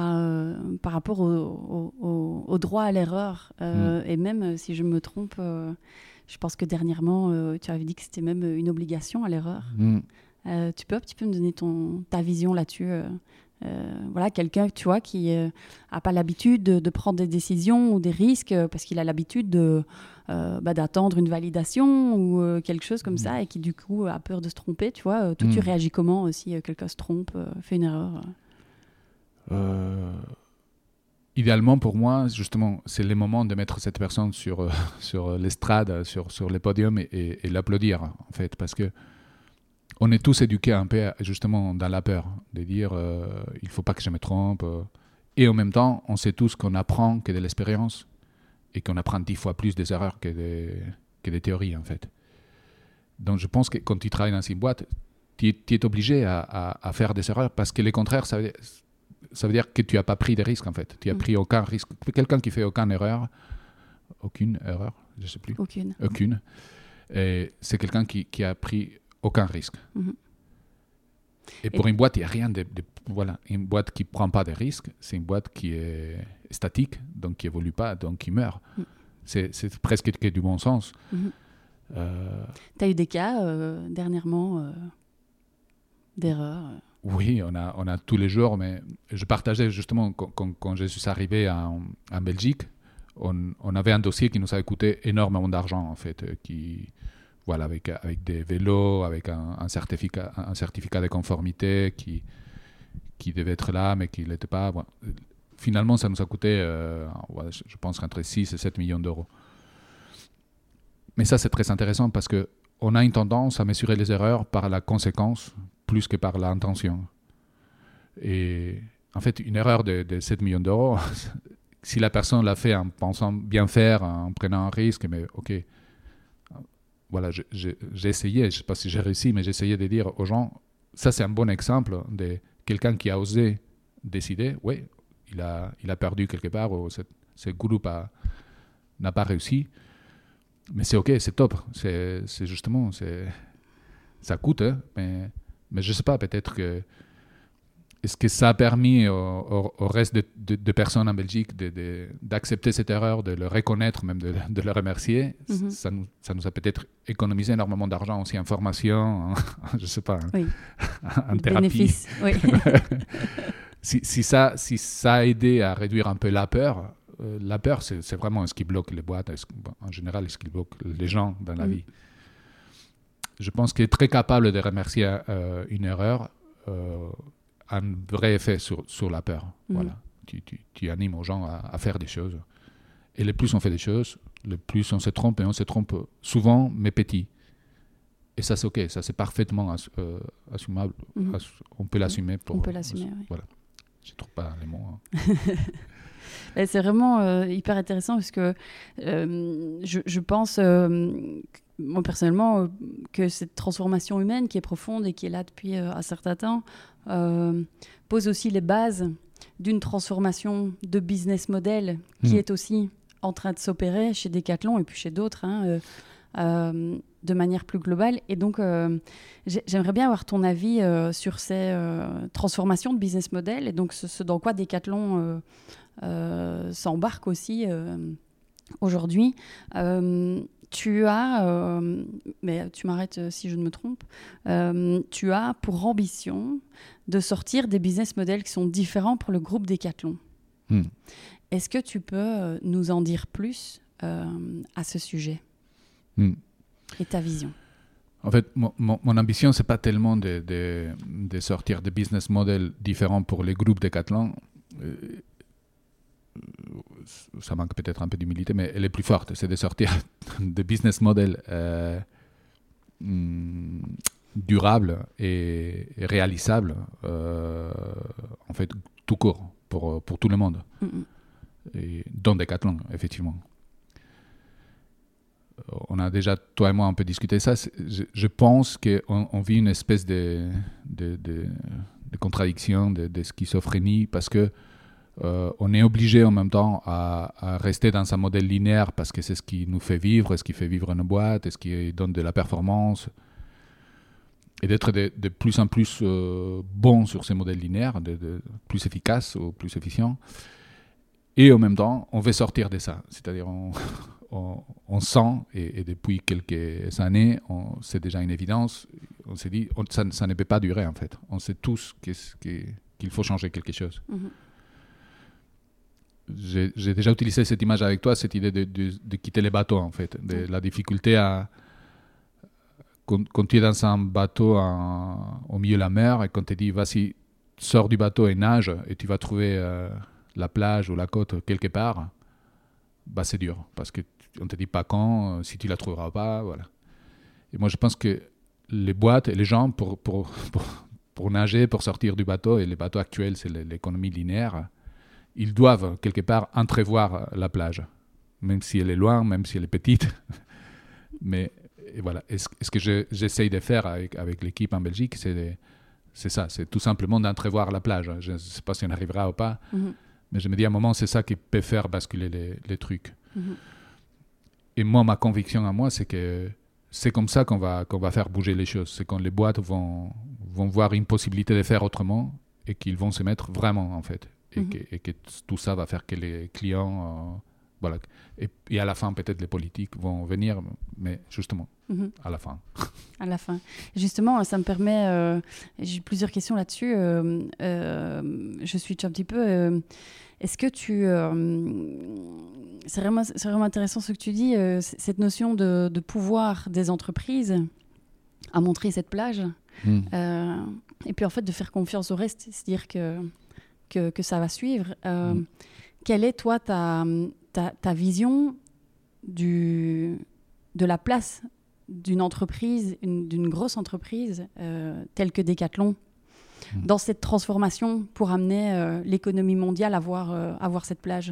au droit à l'erreur, et même si je me trompe, je pense que dernièrement, tu avais dit que c'était même une obligation à l'erreur. Tu peux un petit peu me donner ta vision là-dessus voilà, quelqu'un, tu vois, qui n'a pas l'habitude de prendre des décisions ou des risques parce qu'il a l'habitude d'attendre une validation ou quelque chose comme ça et qui, du coup, a peur de se tromper, tu vois. Toi, tu réagis comment si quelqu'un se trompe, fait une erreur Idéalement, pour moi, justement, c'est le moment de mettre cette personne sur l'estrade, sur les podiums et l'applaudir, en fait, parce que on est tous éduqués un peu justement dans la peur, de dire il ne faut pas que je me trompe. Et en même temps, on sait tous qu'on apprend que de l'expérience et qu'on apprend 10 fois plus des erreurs que des théories, en fait. Donc je pense que quand tu travailles dans une boîte, tu es obligé à faire des erreurs parce que le contraire, ça veut dire que tu n'as pas pris de risques, en fait. Tu n'as pris aucun risque. Quelqu'un qui fait aucune erreur, je ne sais plus. Aucune. Et c'est quelqu'un qui a pris aucun risque. Et pour une boîte, il n'y a rien de... Voilà, une boîte qui ne prend pas de risques, c'est une boîte qui est statique, donc qui n'évolue pas, donc qui meurt. C'est presque que du bon sens. Tu as eu des cas dernièrement d'erreurs Oui, on a tous les jours, mais je partageais justement, quand je suis arrivé en Belgique, on avait un dossier qui nous avait coûté énormément d'argent, en fait, voilà, avec des vélos, avec un certificat de conformité qui devait être là, mais qui ne l'était pas. Bon, finalement, ça nous a coûté, je pense, entre 6 et 7 millions d'euros. Mais ça, c'est très intéressant parce qu'on a une tendance à mesurer les erreurs par la conséquence plus que par l'intention. Et en fait, une erreur de 7 millions d'euros, si la personne l'a fait en pensant bien faire, en prenant un risque, mais OK, voilà, j'ai essayé, je ne sais pas si j'ai réussi, mais j'ai essayé de dire aux gens, ça c'est un bon exemple de quelqu'un qui a osé décider, oui, il a perdu quelque part, ou ce groupe n'a pas réussi, mais c'est OK, c'est top, c'est justement, ça coûte, hein, mais je ne sais pas, peut-être que est-ce que ça a permis au reste de personnes en Belgique d'accepter cette erreur, de le reconnaître, même de le remercier? Ça nous a peut-être économisé énormément d'argent aussi en formation, je ne sais pas, en thérapie. Bénéfice, oui. si ça a aidé à réduire un peu la peur, c'est vraiment ce qui bloque les boîtes, en général, ce qui bloque les gens dans la vie. Je pense qu'il est très capable de remercier une erreur, un vrai effet sur la peur. Voilà. Tu animes aux gens à faire des choses. Et le plus on fait des choses, le plus on se trompe, et on se trompe souvent, mais petit. Et ça, c'est OK. Ça, c'est parfaitement assumable. On peut l'assumer. On peut l'assumer, oui. Voilà. Je ne trouve pas les mots. C'est vraiment hyper intéressant parce que je pense... moi, personnellement, que cette transformation humaine qui est profonde et qui est là depuis un certain temps pose aussi les bases d'une transformation de business model qui est aussi en train de s'opérer chez Decathlon et puis chez d'autres, de manière plus globale. Et donc, j'aimerais bien avoir ton avis sur ces transformations de business model et donc ce dans quoi Decathlon s'embarque aussi aujourd'hui. Tu as, mais tu m'arrêtes si je ne me trompe, tu as pour ambition de sortir des business models qui sont différents pour le groupe Decathlon. Est-ce que tu peux nous en dire plus à ce sujet et ta vision? En fait, mon ambition, ce n'est pas tellement de sortir des business models différents pour les groupes Decathlon. Ça manque peut-être un peu d'humilité, mais elle est plus forte, c'est de sortir de business models durables et réalisables, en fait, tout court, pour tout le monde, et dans Decathlon, effectivement. On a déjà, toi et moi, un peu discuté ça. Je pense qu'on vit une espèce de contradiction, de schizophrénie, parce que on est obligé en même temps à rester dans un modèle linéaire parce que c'est ce qui nous fait vivre, ce qui fait vivre nos boîtes, et ce qui donne de la performance. Et d'être de plus en plus bon sur ces modèles linéaires, de plus efficaces ou plus efficients. Et en même temps, on veut sortir de ça. C'est-à-dire, on sent, et depuis quelques années, c'est déjà une évidence, on s'est dit, ça ne peut pas durer en fait. On sait tous qu'il faut changer quelque chose. Mm-hmm. J'ai déjà utilisé cette image avec toi, cette idée de quitter les bateaux en fait, de la difficulté à... Quand tu es dans un bateau au milieu de la mer et qu'on te dit vas-y, sors du bateau et nage et tu vas trouver la plage ou la côte quelque part, bah c'est dur parce qu'on ne te dit pas quand, si tu ne la trouveras pas, voilà. Et moi je pense que les boîtes et les gens pour nager, pour sortir du bateau, et les bateaux actuels c'est l'économie linéaire, ils doivent quelque part entrevoir la plage, même si elle est loin, même si elle est petite. Mais et voilà. Et ce que j'essaye de faire avec l'équipe en Belgique, c'est ça, c'est tout simplement d'entrevoir la plage. Je ne sais pas si on arrivera ou pas, mais je me dis à un moment, c'est ça qui peut faire basculer les trucs. Et moi, ma conviction à moi, c'est que c'est comme ça qu'on va faire bouger les choses. C'est quand les boîtes vont voir une possibilité de faire autrement et qu'ils vont se mettre vraiment, en fait. Et que tout ça va faire que les clients... voilà. Et à la fin, peut-être les politiques vont venir, mais justement, à la fin. À la fin. Justement, ça me permet... j'ai plusieurs questions là-dessus. Je switch un petit peu. Est-ce que tu... c'est vraiment intéressant ce que tu dis, cette notion de pouvoir des entreprises à montrer cette plage. Et puis, en fait, de faire confiance au reste, c'est-à-dire que ça va suivre. Quelle est, toi, ta vision de la place d'une entreprise, d'une grosse entreprise telle que Decathlon, dans cette transformation pour amener l'économie mondiale à voir cette plage?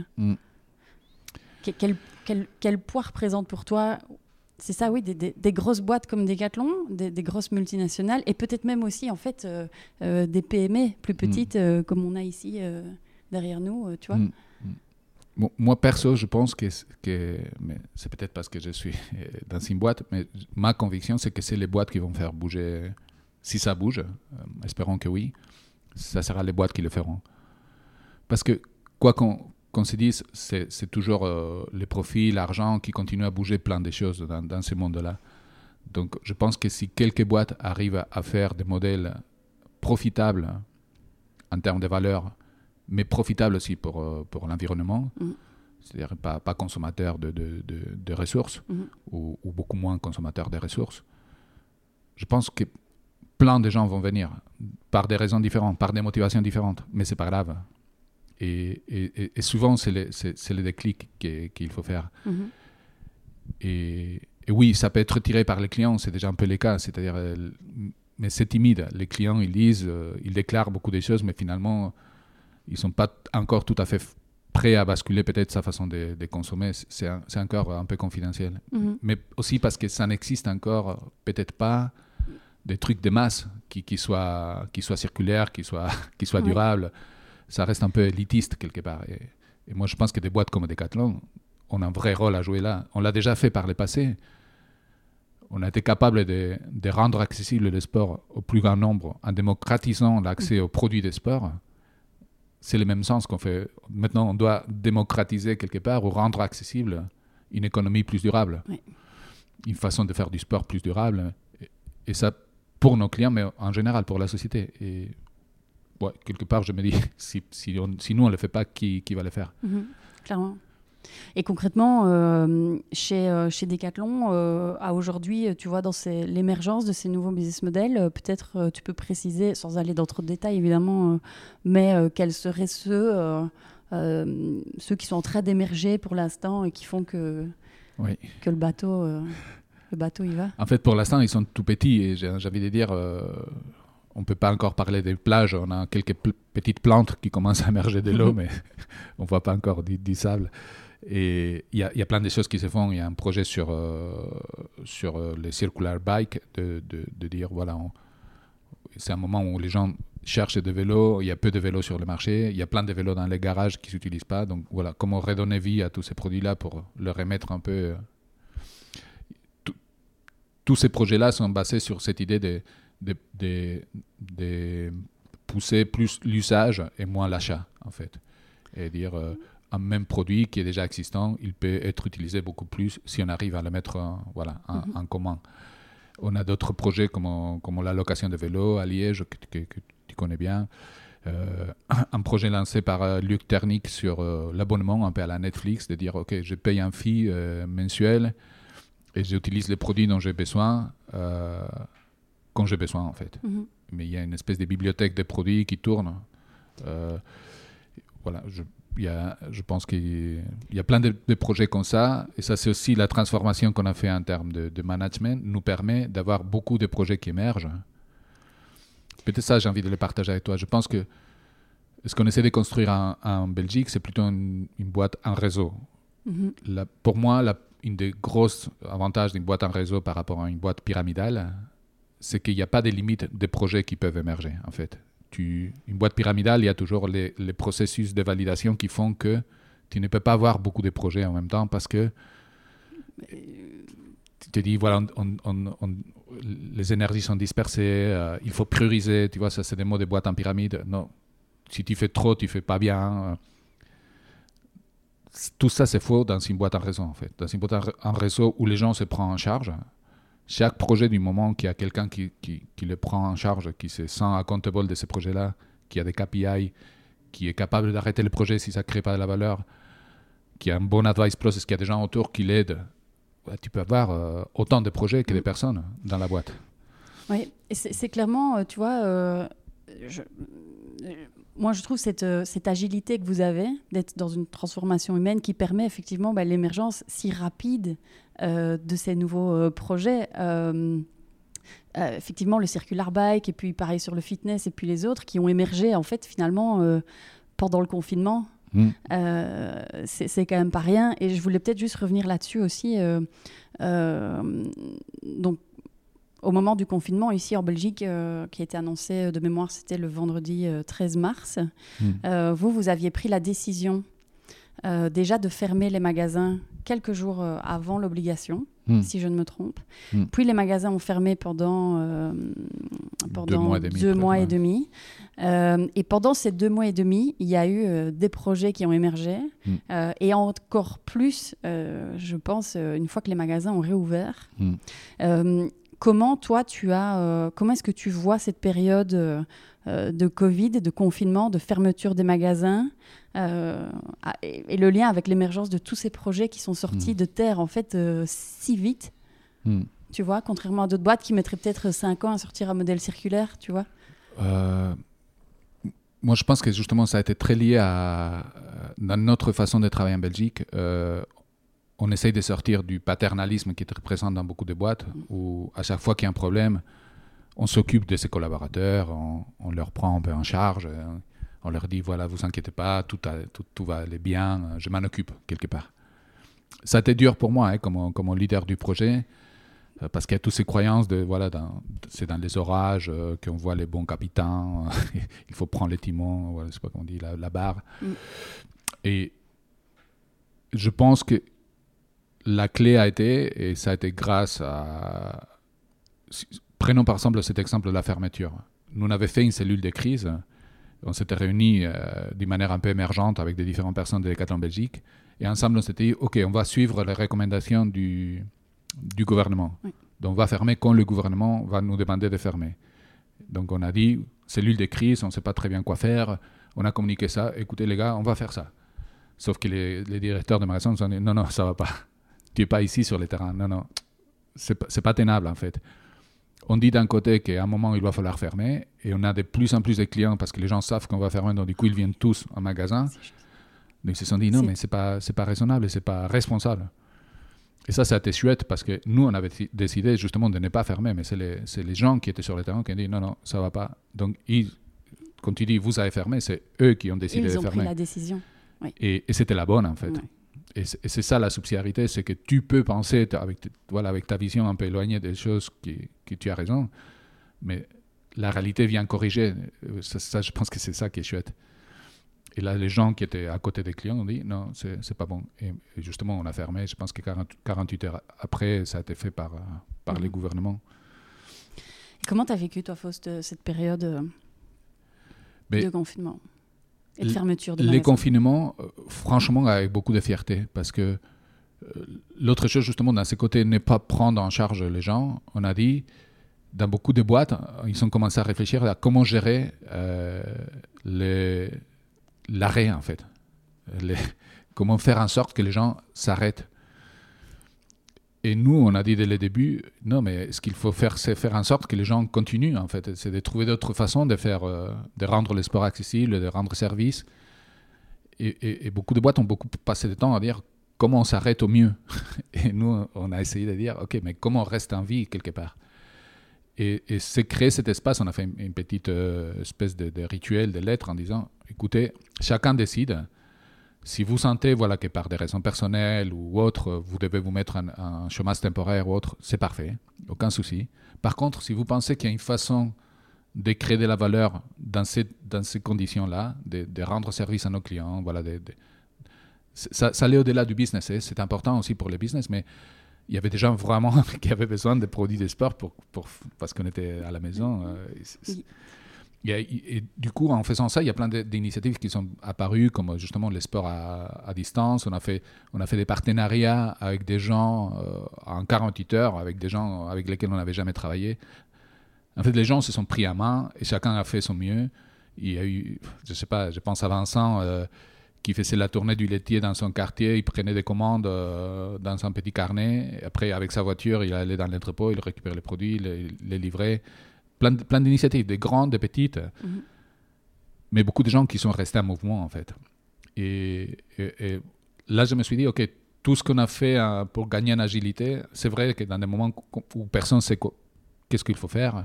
Quel poids représente pour toi, c'est ça, oui, des grosses boîtes comme Decathlon, des grosses multinationales, et peut-être même aussi, en fait, des PME plus petites, comme on a ici derrière nous, tu vois. Bon, moi, perso, je pense que mais c'est peut-être parce que je suis dans une boîte, mais ma conviction, c'est que c'est les boîtes qui vont faire bouger. Si ça bouge, espérons que oui, ça sera les boîtes qui le feront. Parce que, quoi qu'on se dise, c'est toujours les profits, l'argent qui continuent à bouger plein de choses dans ce monde-là. Donc, je pense que si quelques boîtes arrivent à faire des modèles profitables en termes de valeur, mais profitables aussi pour l'environnement, c'est-à-dire pas consommateurs de ressources, ou beaucoup moins consommateurs de ressources, je pense que plein de gens vont venir par des raisons différentes, par des motivations différentes, mais c'est pas grave. Et souvent, c'est le déclic qu'il faut faire. Et oui, ça peut être tiré par les clients, c'est déjà un peu le cas, c'est-à-dire, mais c'est timide. Les clients, ils lisent, ils déclarent beaucoup de choses, mais finalement, ils ne sont pas encore tout à fait prêts à basculer peut-être sa façon de consommer. C'est encore un peu confidentiel. Mais aussi parce que ça n'existe encore peut-être pas des trucs de masse qui soient circulaires, qui soient durables. Ça reste un peu élitiste quelque part. Et moi, je pense que des boîtes comme Decathlon ont un vrai rôle à jouer là. On l'a déjà fait par le passé. On a été capable de rendre accessible le sport au plus grand nombre en démocratisant l'accès aux produits de sport. C'est le même sens qu'on fait. Maintenant, on doit démocratiser quelque part ou rendre accessible une économie plus durable. Oui. Une façon de faire du sport plus durable. Et ça, pour nos clients, mais en général pour la société. Et ouais, quelque part, je me dis, si nous, on ne le fait pas, qui va le faire? Clairement. Et concrètement, chez Decathlon, à aujourd'hui, tu vois, dans l'émergence de ces nouveaux business models, peut-être tu peux préciser, sans aller dans trop de détails évidemment, mais quels seraient ceux qui sont en train d'émerger pour l'instant et qui font que le bateau y va? En fait, pour l'instant, ils sont tout petits et j'ai envie de dire... on ne peut pas encore parler des plages. On a quelques petites plantes qui commencent à émerger de l'eau, mais on ne voit pas encore du sable. Et il y a plein de choses qui se font. Il y a un projet sur les circular bikes de dire, voilà, c'est un moment où les gens cherchent des vélos, il y a peu de vélos sur le marché, il y a plein de vélos dans les garages qui ne s'utilisent pas. Donc voilà, comment redonner vie à tous ces produits-là pour leur remettre un peu... Tous ces projets-là sont basés sur cette idée de pousser plus l'usage et moins l'achat, en fait. Et dire, un même produit qui est déjà existant, il peut être utilisé beaucoup plus si on arrive à le mettre en commun. On a d'autres projets comme la location de vélos à Liège, que tu connais bien. Un projet lancé par Luc Ternick sur l'abonnement, un peu à la Netflix, de dire, OK, je paye un fee mensuel et j'utilise les produits dont j'ai besoin quand j'ai besoin, en fait. Mais il y a une espèce de bibliothèque de produits qui tourne. Voilà, je pense qu'il y a plein de projets comme ça. Et ça, c'est aussi la transformation qu'on a fait en termes de management, nous permet d'avoir beaucoup de projets qui émergent. Peut-être ça, j'ai envie de le partager avec toi. Je pense que ce qu'on essaie de construire en Belgique, c'est plutôt une boîte en réseau. Pour moi, une des grosses avantages d'une boîte en réseau par rapport à une boîte pyramidale, c'est qu'il n'y a pas de limites des projets qui peuvent émerger, en fait. Une boîte pyramidale, il y a toujours les processus de validation qui font que tu ne peux pas avoir beaucoup de projets en même temps parce que tu te dis, voilà, les énergies sont dispersées, il faut prioriser, tu vois, ça c'est des mots de boîte en pyramide. Non, si tu fais trop, tu ne fais pas bien. Tout ça, c'est faux dans une boîte en réseau, en fait. Dans une boîte en réseau où les gens se prennent en charge, chaque projet, du moment qu'il y a quelqu'un qui le prend en charge, qui se sent accountable de ces projets-là, qui a des KPI, qui est capable d'arrêter le projet si ça ne crée pas de la valeur, qui a un bon advice process, qui a des gens autour qui l'aident, tu peux avoir autant de projets que de personnes dans la boîte. Oui, et c'est clairement, tu vois, moi je trouve cette agilité que vous avez d'être dans une transformation humaine qui permet effectivement l'émergence si rapide de ces nouveaux projets. Effectivement, le circular bike, et puis pareil sur le fitness, et puis les autres qui ont émergé en fait finalement pendant le confinement. C'est quand même pas rien. Et je voulais peut-être juste revenir là-dessus aussi. Donc, au moment du confinement, ici en Belgique, qui a été annoncé de mémoire, c'était le vendredi 13 mars, vous aviez pris la décision déjà de fermer les magasins quelques jours avant l'obligation, si je ne me trompe. Puis les magasins ont fermé pendant 2 mois et demi. Et pendant ces 2 mois et demi, il y a eu des projets qui ont émergé. Et encore plus, je pense, une fois que les magasins ont réouvert. Comment, toi, comment est-ce que tu vois cette période de Covid, de confinement, de fermeture des magasins et le lien avec l'émergence de tous ces projets qui sont sortis de terre, en fait, si vite, tu vois, contrairement à d'autres boîtes qui mettraient peut-être 5 ans à sortir un modèle circulaire, tu vois Moi, je pense que justement, ça a été très lié à notre façon de travailler en Belgique. On essaye de sortir du paternalisme qui est présent dans beaucoup de boîtes, où à chaque fois qu'il y a un problème, on s'occupe de ses collaborateurs, on leur prend un peu en charge, on leur dit, voilà, vous inquiétez pas, tout va aller bien, je m'en occupe quelque part. Ça a été dur pour moi, comme leader du projet, parce qu'il y a toutes ces croyances c'est dans les orages qu'on voit les bons capitaines, il faut prendre les timons, voilà, je sais pas comment on dit, la barre. Et je pense que la clé a été, et ça a été grâce à... Prenons par exemple cet exemple de la fermeture. Nous, on avait fait une cellule de crise. On s'était réunis d'une manière un peu émergente avec des différentes personnes de Decathlon Belgique. Et ensemble, on s'était dit, OK, on va suivre les recommandations du gouvernement. Oui. Donc, on va fermer quand le gouvernement va nous demander de fermer. Donc, on a dit, cellule de crise, on ne sait pas très bien quoi faire. On a communiqué ça. Écoutez, les gars, on va faire ça. Sauf que les directeurs de magasins nous ont dit, non, ça ne va pas. Tu n'es pas ici sur le terrain. Non, c'est pas tenable en fait. On dit d'un côté qu'à un moment il va falloir fermer et on a de plus en plus de clients parce que les gens savent qu'on va fermer, donc du coup ils viennent tous en magasin. Donc ils se sont dit non, mais c'est pas raisonnable et c'est pas responsable. Et ça a été chouette parce que nous on avait décidé justement de ne pas fermer, mais c'est les gens qui étaient sur le terrain qui ont dit non, ça va pas. Donc quand tu dis vous avez fermé, c'est eux qui ont décidé de fermer. Ils ont pris la décision. Oui. Et c'était la bonne en fait. Oui. Et c'est ça la subsidiarité, c'est que tu peux penser avec ta vision un peu éloignée des choses que tu as raison, mais la réalité vient corriger. Ça, je pense que c'est ça qui est chouette. Et là, les gens qui étaient à côté des clients ont dit non, c'est pas bon. Et justement, on a fermé. Je pense que 48 heures après, ça a été fait par les gouvernements. Et comment tu as vécu, toi, Faust, cette période de confinement et de fermeture de les confinements, franchement, avec beaucoup de fierté. Parce que l'autre chose, justement, dans ce côté, ne pas prendre en charge les gens, on a dit, dans beaucoup de boîtes, ils ont commencé à réfléchir à comment gérer l'arrêt, en fait. Comment faire en sorte que les gens s'arrêtent. Et nous, on a dit dès le début, non, mais ce qu'il faut faire, c'est faire en sorte que les gens continuent, en fait. C'est de trouver d'autres façons de rendre le sport accessible, de rendre service. Et beaucoup de boîtes ont beaucoup passé de temps à dire comment on s'arrête au mieux. Et nous, on a essayé de dire, OK, mais comment on reste en vie quelque part. Et c'est créer cet espace. On a fait une petite espèce de rituel, de lettre en disant, écoutez, chacun décide. Si vous sentez que par des raisons personnelles ou autres, vous devez vous mettre en chômage temporaire ou autre, c'est parfait, aucun souci. Par contre, si vous pensez qu'il y a une façon de créer de la valeur dans ces conditions-là, de rendre service à nos clients, ça allait au-delà du business. C'est important aussi pour le business, mais il y avait des gens vraiment qui avaient besoin de produits de sport parce qu'on était à la maison. Et du coup, en faisant ça, il y a plein d'initiatives qui sont apparues, comme justement les sports à distance. On a fait des partenariats avec des gens en 48 heures, avec des gens avec lesquels on n'avait jamais travaillé. En fait, les gens se sont pris à main et chacun a fait son mieux. Il y a eu, je sais pas, je pense à Vincent qui faisait la tournée du laitier dans son quartier. Il prenait des commandes dans un petit carnet. Et après, avec sa voiture, il allait dans l'entrepôt, il récupérait les produits, les livrait. Plein d'initiatives, des grandes, des petites, mais beaucoup de gens qui sont restés en mouvement, en fait. Et là, je me suis dit, OK, tout ce qu'on a fait pour gagner en agilité, c'est vrai que dans des moments où personne ne sait qu'est-ce qu'il faut faire,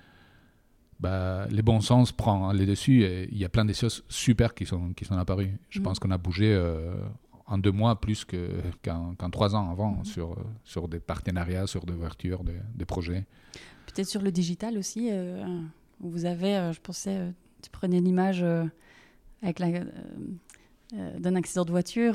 le bon sens prend les dessus et il y a plein de choses super qui sont apparues. Je pense qu'on a bougé en 2 mois plus qu'en 3 ans avant sur des partenariats, sur des ouvertures, des projets. Peut-être sur le digital aussi, où vous avez, je pensais, tu prenais l'image avec d'un accident de voiture.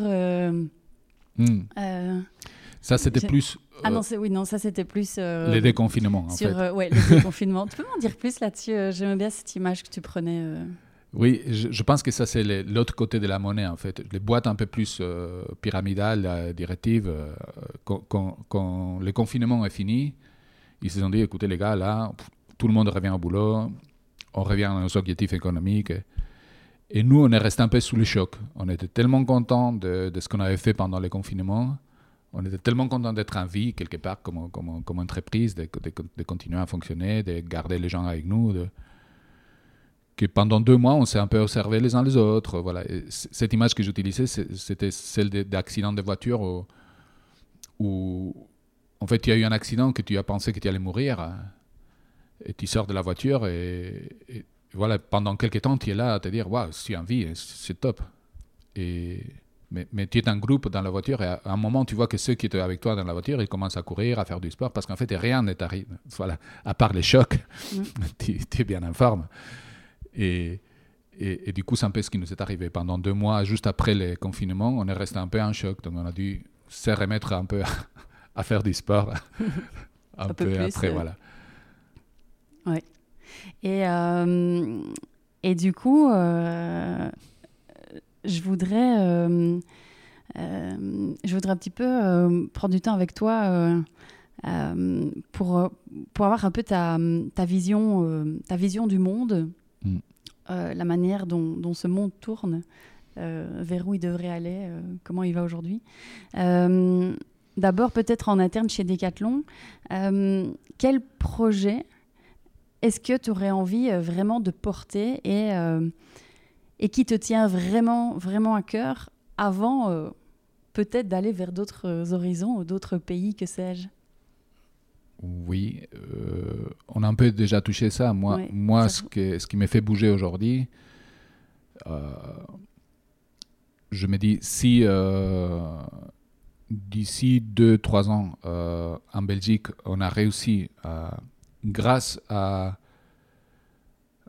Ça, c'était plus... ça, c'était plus... les déconfinements, en fait. Le déconfinement. Tu peux m'en dire plus là-dessus? J'aimais bien cette image que tu prenais. Oui, je pense que ça, c'est l'autre côté de la monnaie, en fait. Les boîtes un peu plus pyramidales, directives, quand le confinement est fini, ils se sont dit, écoutez les gars, là, tout le monde revient au boulot, on revient à nos objectifs économiques. Et nous, on est resté un peu sous le choc. On était tellement contents de ce qu'on avait fait pendant le confinement. On était tellement contents d'être en vie, quelque part, comme entreprise, de continuer à fonctionner, de garder les gens avec nous, que pendant 2 mois, on s'est un peu observé les uns les autres. Voilà. Et cette image que j'utilisais, c'était celle d'accident de voiture où en fait, il y a eu un accident que tu as pensé que tu allais mourir et tu sors de la voiture et voilà, pendant quelques temps, tu es là à te dire, waouh, je suis en vie, c'est top. Mais tu es en groupe dans la voiture et à un moment, tu vois que ceux qui étaient avec toi dans la voiture, ils commencent à courir, à faire du sport parce qu'en fait, rien n'est arrivé. Voilà, à part les chocs, tu es bien en forme. Et du coup, c'est un peu ce qui nous est arrivé. Pendant 2 mois, juste après le confinement, on est resté un peu en choc. Donc, on a dû se remettre un peu à faire du sport un peu plus, après, voilà. Oui. Et du coup, je voudrais un petit peu prendre du temps avec toi pour avoir un peu ta vision du monde, la manière dont ce monde tourne, vers où il devrait aller, comment il va aujourd'hui. D'abord, peut-être en interne chez Decathlon, quel projet est-ce que tu aurais envie vraiment de porter et qui te tient vraiment, vraiment à cœur avant peut-être d'aller vers d'autres horizons ou d'autres pays, que sais-je? Oui, on a un peu déjà touché ça. Moi, ce qui me fait bouger aujourd'hui, je me dis, si d'ici 2-3 ans, en Belgique, on a réussi, grâce à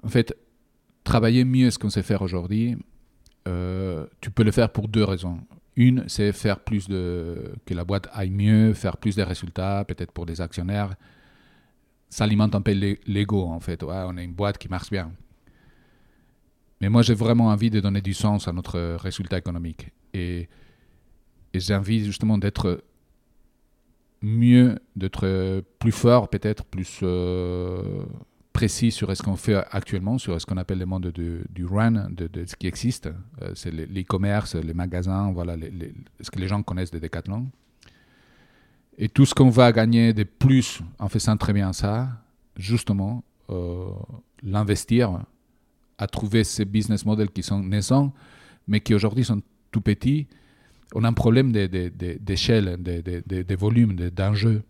En fait, travailler mieux ce qu'on sait faire aujourd'hui, tu peux le faire pour 2 raisons. Une, c'est faire que la boîte aille mieux, faire plus de résultats, peut-être pour des actionnaires. Ça alimente un peu l'ego, en fait. Ouais, on a une boîte qui marche bien. Mais moi, j'ai vraiment envie de donner du sens à notre résultat économique. Et j'ai envie justement d'être mieux, d'être plus fort, peut-être plus précis sur ce qu'on fait actuellement, sur ce qu'on appelle le monde du run, de ce qui existe. C'est l'e-commerce, les magasins, voilà, ce que les gens connaissent de Decathlon. Et tout ce qu'on va gagner de plus en faisant très bien ça, justement, l'investir à trouver ces business models qui sont naissants, mais qui aujourd'hui sont tout petits. On a un problème d'échelle, de volume, d'enjeux.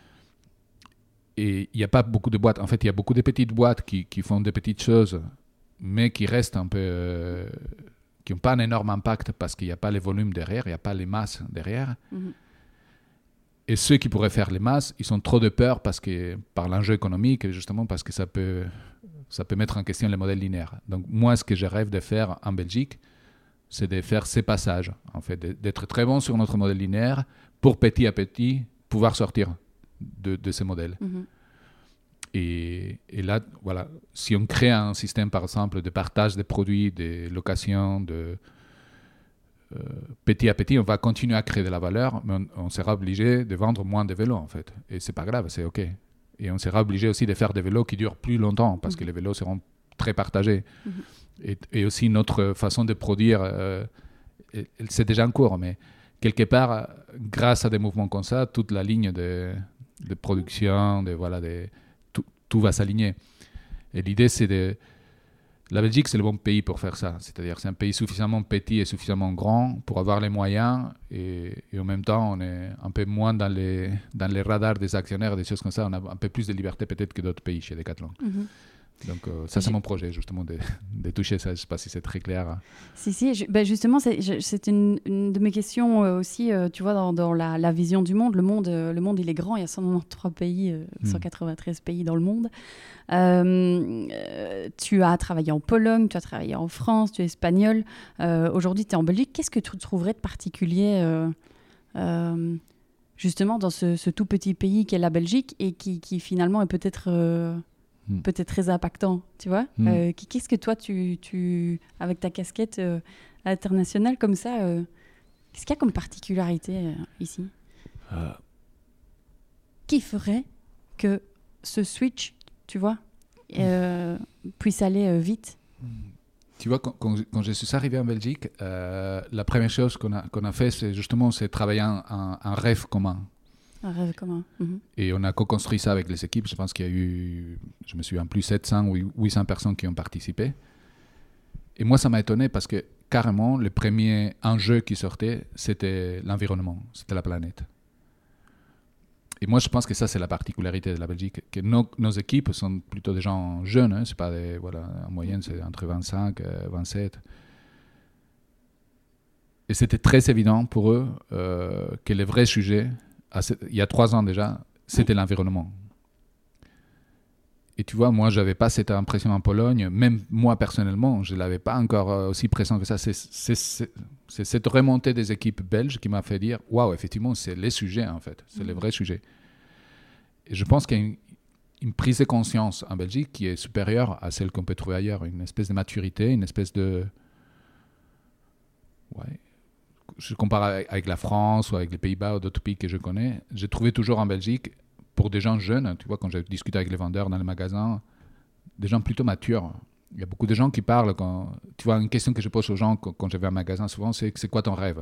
Et il n'y a pas beaucoup de boîtes. En fait, il y a beaucoup de petites boîtes qui font des petites choses, mais qui restent un peu... qui n'ont pas un énorme impact parce qu'il n'y a pas les volumes derrière, il n'y a pas les masses derrière. Mm-hmm. Et ceux qui pourraient faire les masses, ils ont trop de peur par l'enjeu économique, justement parce que ça peut mettre en question les modèles linéaires. Donc moi, ce que je rêve de faire en Belgique, c'est de faire ces passages, en fait, d'être très bon sur notre modèle linéaire pour petit à petit pouvoir sortir de ces modèles. Mm-hmm. Et là, voilà, si on crée un système, par exemple, de partage des produits, de location, petit à petit, on va continuer à créer de la valeur, mais on sera obligé de vendre moins de vélos, en fait. Et c'est pas grave, c'est OK. Et on sera obligé aussi de faire des vélos qui durent plus longtemps, parce que les vélos seront très partagés. Et aussi, notre façon de produire, c'est déjà en cours, mais quelque part, grâce à des mouvements comme ça, toute la ligne de production, tout va s'aligner. Et l'idée, c'est la Belgique, c'est le bon pays pour faire ça. C'est-à-dire, c'est un pays suffisamment petit et suffisamment grand pour avoir les moyens et en même temps, on est un peu moins dans les radars des actionnaires, des choses comme ça. On a un peu plus de liberté peut-être que d'autres pays chez Decathlon. Mm-hmm. Donc, ça, c'est mon projet, justement, de toucher ça. Je ne sais pas si c'est très clair. Si, justement, c'est une de mes questions aussi, tu vois, dans la vision du monde. Le monde, il est grand. Il y a 193 pays, 193 pays dans le monde. Tu as travaillé en Pologne, tu as travaillé en France, tu es espagnol. Aujourd'hui, tu es en Belgique. Qu'est-ce que tu trouverais de particulier justement dans ce tout petit pays qu'est la Belgique et qui finalement est peut-être très impactant, tu vois. Qu'est-ce que toi, tu avec ta casquette internationale comme ça, qu'est-ce qu'il y a comme particularité ici qui ferait que ce switch, tu vois, puisse aller vite? Tu vois, quand je suis arrivé en Belgique, la première chose qu'on a fait, c'est travailler un rêve commun. Un rêve commun. Mm-hmm. Et on a co-construit ça avec les équipes. Je pense qu'il y a eu, je me souviens plus, 700 ou 800 personnes qui ont participé. Et moi, ça m'a étonné parce que carrément, le premier enjeu qui sortait, c'était l'environnement, c'était la planète. Et moi, je pense que ça, c'est la particularité de la Belgique, que nos équipes sont plutôt des gens jeunes. Hein, c'est pas en moyenne, c'est entre 25 et 27. Et c'était très évident pour eux que le vrai sujet, il y a 3 ans déjà, c'était l'environnement. Et tu vois, moi, je n'avais pas cette impression en Pologne. Même moi, personnellement, je ne l'avais pas encore aussi présent que ça. C'est cette remontée des équipes belges qui m'a fait dire « Waouh, effectivement, c'est les sujets, en fait. C'est les vrais sujets. » Et je pense qu'il y a une prise de conscience en Belgique qui est supérieure à celle qu'on peut trouver ailleurs. Une espèce de maturité, une espèce de... Ouais. Je compare avec la France ou avec les Pays-Bas ou d'autres pays que je connais. J'ai trouvé toujours en Belgique, pour des gens jeunes, tu vois, quand j'ai discuté avec les vendeurs dans les magasins, des gens plutôt matures. Il y a beaucoup de gens qui parlent. Tu vois, une question que je pose aux gens quand je vais à un magasin souvent, c'est quoi ton rêve?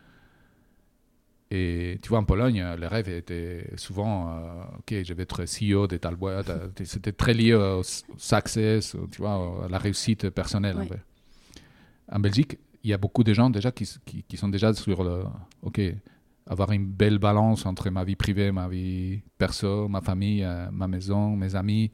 Et tu vois, en Pologne, le rêve était souvent OK, je vais être CEO de telle boîte. C'était très lié au success, tu vois, à la réussite personnelle. Oui. En fait. En Belgique, il y a beaucoup de gens déjà qui sont déjà sur le OK, avoir une belle balance entre ma vie privée, ma vie perso, ma famille, ma maison, mes amis,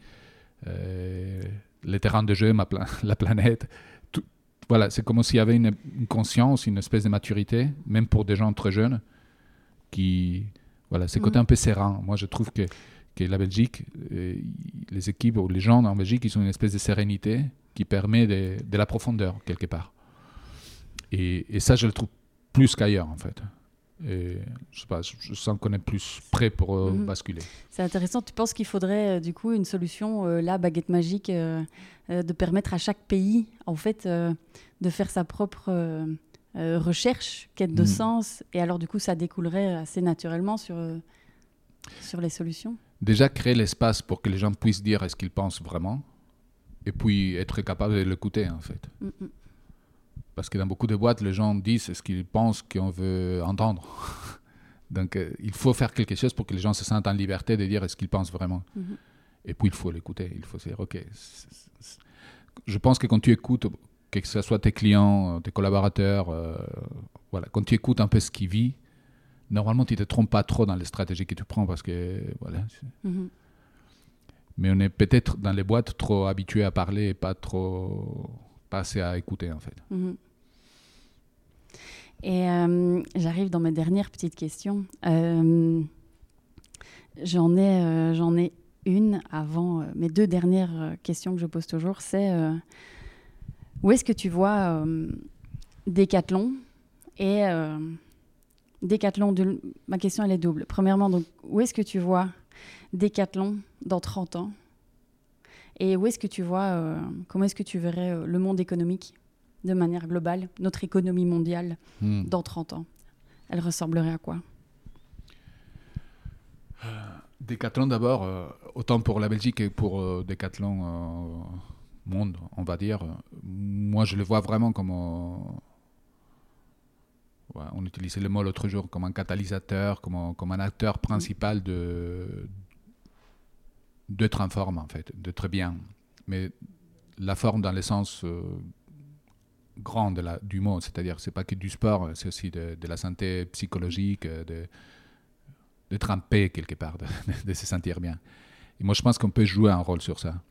les terrains de jeu, la planète. Tout, voilà, c'est comme s'il y avait une conscience, une espèce de maturité, même pour des gens très jeunes, qui... Voilà, c'est côté un peu serein. Moi, je trouve que la Belgique, les équipes ou les gens en Belgique, ils ont une espèce de sérénité qui permet de la profondeur quelque part. Et ça, je le trouve plus qu'ailleurs en fait. Et je sais pas, je sens qu'on est plus prêt pour basculer. C'est intéressant. Tu penses qu'il faudrait du coup une solution, la baguette magique, de permettre à chaque pays en fait de faire sa propre recherche, quête de sens, et alors du coup ça découlerait assez naturellement sur les solutions. Déjà créer l'espace pour que les gens puissent dire ce qu'ils pensent vraiment, et puis être capable de l'écouter en fait. Parce que dans beaucoup de boîtes, les gens disent ce qu'ils pensent qu'on veut entendre. Donc, il faut faire quelque chose pour que les gens se sentent en liberté de dire ce qu'ils pensent vraiment. Et puis, il faut l'écouter. Il faut se dire, OK. Je pense que quand tu écoutes, que ce soit tes clients, tes collaborateurs, voilà, quand tu écoutes un peu ce qu'ils vivent, normalement, tu ne te trompes pas trop dans les stratégies que tu prends parce que, voilà. Mais on est peut-être dans les boîtes trop habitués à parler et pas assez à écouter, en fait. Et j'arrive dans mes dernières petites questions. J'en ai une avant mes deux dernières questions que je pose toujours. C'est où est-ce que tu vois Decathlon et Decathlon ma question, elle est double. Premièrement, donc, où est-ce que tu vois Decathlon dans 30 ans? Et où est-ce que tu vois, comment est-ce que tu verrais le monde économique de manière globale, notre économie mondiale dans 30 ans? Elle ressemblerait à quoi? Decathlon d'abord, autant pour la Belgique que pour Decathlon monde, on va dire. Moi, je le vois vraiment comme... on utilisait le mot l'autre jour, comme un catalyseur, comme un acteur principal d'être en forme, en fait, d'être bien. Mais la forme dans le sens grand du mot, c'est-à-dire c'est pas que du sport, c'est aussi de la santé psychologique, d'être en paix quelque part, de se sentir bien. Et moi, je pense qu'on peut jouer un rôle sur ça.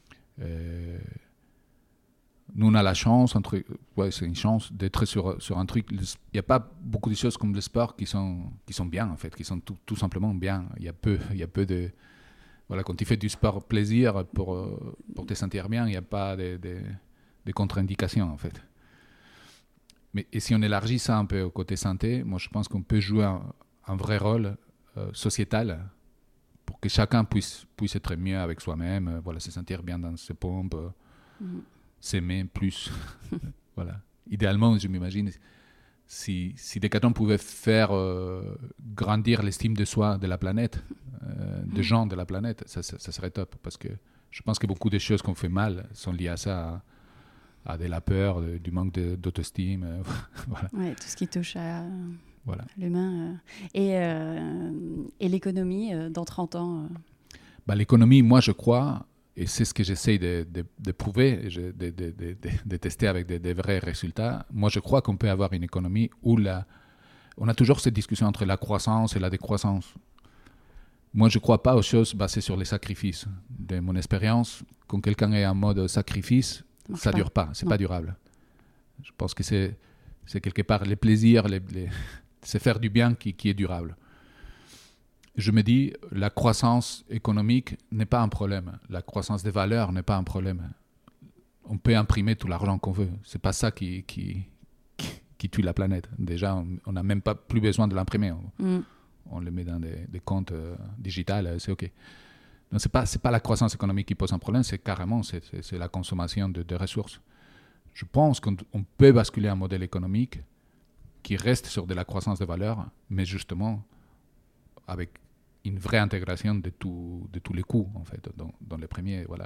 Nous, on a la chance, c'est une chance d'être sur un truc. Il n'y a pas beaucoup de choses comme le sport qui sont bien, en fait, qui sont tout simplement bien. Il y a peu de... Voilà, quand tu fais du sport plaisir pour te sentir bien, il n'y a pas de contre-indications, en fait. Mais et si on élargit ça un peu au côté santé, moi, je pense qu'on peut jouer un vrai rôle sociétal pour que chacun puisse être mieux avec soi-même, voilà, se sentir bien dans ses pompes, s'aimer plus. Voilà. Idéalement, je m'imagine, si Decathlon pouvait faire grandir l'estime de soi de la planète, des gens de la planète, ça serait top. Parce que je pense que beaucoup de choses qu'on fait mal sont liées à ça, à de la peur, du manque d'auto-estime. Voilà. Ouais, tout ce qui touche à l'humain. Et l'économie, dans 30 ans L'économie, moi, je crois, et c'est ce que j'essaie de prouver, de tester avec des vrais résultats. Moi, je crois qu'on peut avoir une économie où on a toujours cette discussion entre la croissance et la décroissance. Moi, je ne crois pas aux choses basées sur les sacrifices. De mon expérience, quand quelqu'un est en mode sacrifice, ça ne dure pas, ce n'est pas durable. Je pense que c'est quelque part les plaisirs, c'est faire du bien qui est durable. Je me dis, la croissance économique n'est pas un problème. La croissance des valeurs n'est pas un problème. On peut imprimer tout l'argent qu'on veut. Ce n'est pas ça qui tue la planète. Déjà, on n'a même pas plus besoin de l'imprimer. On le met dans des comptes digitales, c'est OK. Donc, ce n'est pas la croissance économique qui pose un problème, c'est carrément c'est la consommation de ressources. Je pense qu'on peut basculer un modèle économique qui reste sur de la croissance de valeur, mais justement avec une vraie intégration de tous les coûts, en fait, dans les premiers, voilà.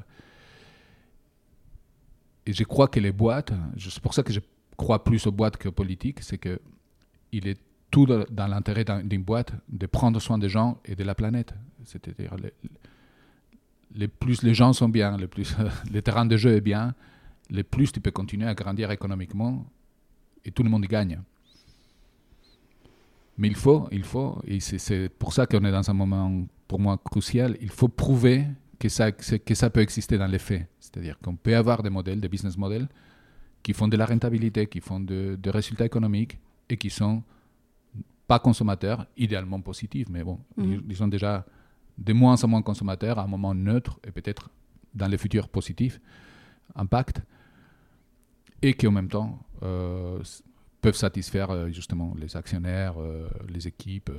Et je crois que les boîtes, c'est pour ça que je crois plus aux boîtes qu'aux politiques, c'est qu'il est tout dans l'intérêt d'une boîte de prendre soin des gens et de la planète. C'est-à-dire, les plus les gens sont bien, les plus le terrain de jeu est bien, les plus tu peux continuer à grandir économiquement et tout le monde y gagne. Mais il faut, et c'est pour ça qu'on est dans un moment, pour moi, crucial, il faut prouver que ça peut exister dans les faits. C'est-à-dire qu'on peut avoir des modèles, des business models, qui font de la rentabilité, qui font de résultats économiques, et qui sont pas consommateurs, idéalement positifs, mais bon, ils sont déjà de moins en moins consommateurs à un moment neutre et peut-être dans le futur positif, impact, et qui en même temps peuvent satisfaire justement les actionnaires, les équipes.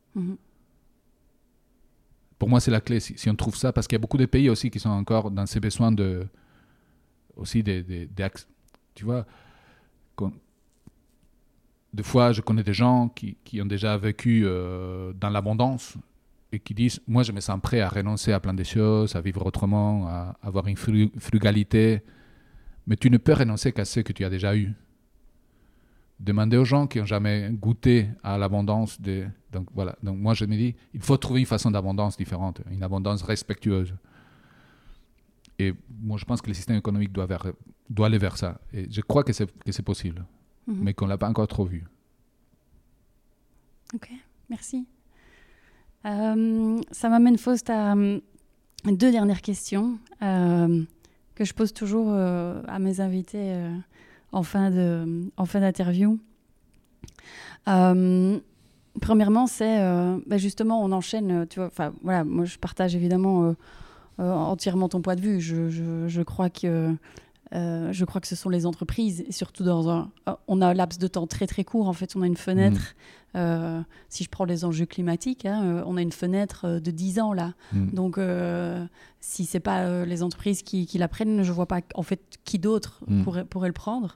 Pour moi, c'est la clé, si on trouve ça, parce qu'il y a beaucoup de pays aussi qui sont encore dans ces besoins aussi tu vois, des fois, je connais des gens qui ont déjà vécu dans l'abondance et qui disent, moi, je me sens prêt à renoncer à plein de choses, à vivre autrement, à avoir une frugalité, mais tu ne peux renoncer qu'à ce que tu as déjà eu. Demander aux gens qui n'ont jamais goûté à l'abondance. Donc voilà. Donc moi, je me dis, il faut trouver une façon d'abondance différente, une abondance respectueuse. Et moi, je pense que le système économique doit aller vers ça. Et je crois que c'est possible, mais qu'on ne l'a pas encore trop vu. Ok, merci. Ça m'amène, Faust, à 2 dernières questions que je pose toujours à mes invités en fin d'interview. Premièrement, c'est justement, on enchaîne, tu vois, voilà, moi je partage évidemment entièrement ton point de vue. Je crois que ce sont les entreprises, et surtout on a un laps de temps très très court. En fait, on a une fenêtre. Si je prends les enjeux climatiques, on a une fenêtre de 10 ans là. Donc, si c'est pas les entreprises qui la prennent, je vois pas en fait qui d'autre pourrait le prendre.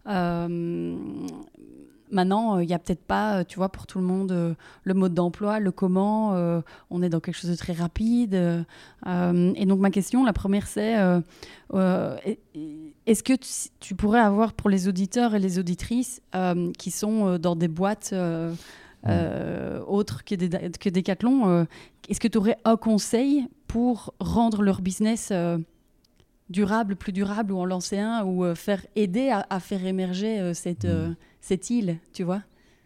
Maintenant, il n'y a peut-être pas, tu vois, pour tout le monde, le mode d'emploi, le comment. On est dans quelque chose de très rapide. Et donc, ma question, la première, c'est est-ce que tu pourrais avoir pour les auditeurs et les auditrices qui sont dans des boîtes autres que Decathlon, est-ce que tu aurais un conseil pour rendre leur business durable, plus durable, ou en lancer un, ou aider à faire émerger cette île, tu vois?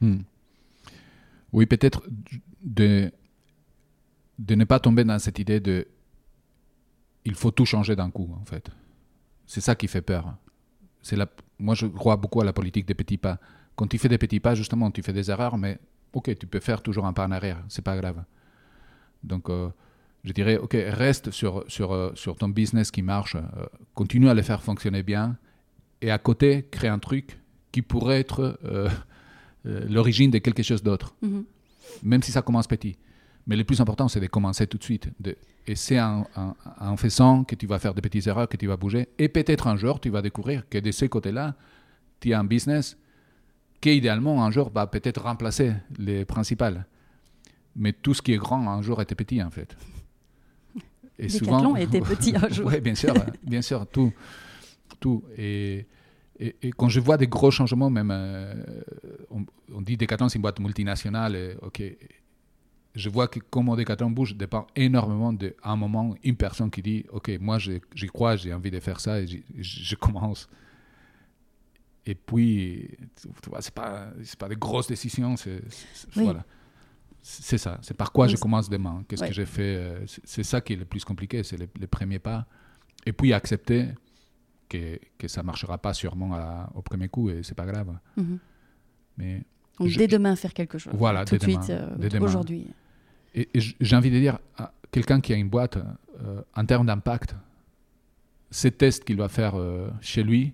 Oui, peut-être de ne pas tomber dans cette idée de il faut tout changer d'un coup, en fait. C'est ça qui fait peur. Moi, je crois beaucoup à la politique des petits pas. Quand tu fais des petits pas, justement, tu fais des erreurs, mais ok, tu peux faire toujours un pas en arrière, c'est pas grave. Donc, je dirais, ok, reste sur ton business qui marche, continue à le faire fonctionner bien, et à côté, crée un truc qui pourrait être l'origine de quelque chose d'autre, même si ça commence petit. Mais le plus important, c'est de commencer tout de suite. Et c'est en faisant que tu vas faire des petites erreurs, que tu vas bouger. Et peut-être un jour, tu vas découvrir que de ce côté-là, tu as un business qui, idéalement, un jour, va peut-être remplacer les principales. Mais tout ce qui est grand, un jour, était petit, en fait. Et Decathlon était petit un jour. Oui, bien sûr, tout. Et quand je vois des gros changements, même, on dit Decathlon, c'est une boîte multinationale, ok. Je vois que comment Decathlon bouge dépend énormément d'un moment, une personne qui dit « Ok, moi j'y crois, j'ai envie de faire ça et je commence. » Et puis, tu vois, c'est pas des grosses décisions, voilà. C'est ça, c'est par quoi je commence demain. Qu'est-ce que j'ai fait? C'est ça qui est le plus compliqué, c'est les premiers pas. Et puis accepter que ça ne marchera pas sûrement au premier coup et c'est pas grave. Mais donc, dès demain, faire quelque chose. Voilà, tout de suite, aujourd'hui. Et j'ai envie de dire à quelqu'un qui a une boîte, en termes d'impact, ces tests qu'il va faire chez lui,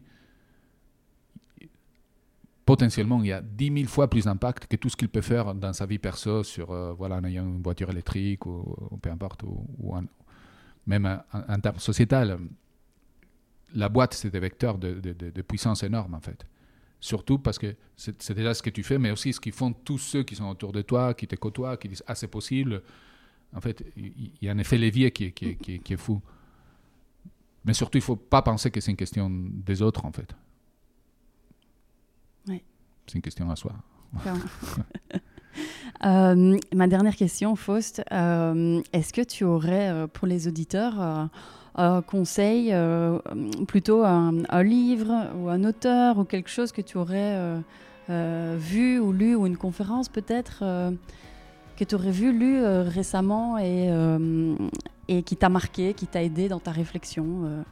potentiellement, il y a 10 000 fois plus d'impact que tout ce qu'il peut faire dans sa vie perso en ayant une voiture électrique ou peu importe, même en termes sociétal. La boîte, c'est des vecteurs de puissance énorme, en fait. Surtout parce que c'est déjà ce que tu fais, mais aussi ce qu'ils font tous ceux qui sont autour de toi, qui te côtoient, qui disent « Ah, c'est possible ». En fait, il y a un effet levier qui est fou. Mais surtout, il ne faut pas penser que c'est une question des autres, en fait. Oui. C'est une question à soi. Ma dernière question, Faust, est-ce que tu aurais, pour les auditeurs, un conseil, plutôt un livre ou un auteur ou quelque chose que tu aurais vu ou lu, ou une conférence peut-être que tu aurais lu récemment et qui t'a marqué, qui t'a aidé dans ta réflexion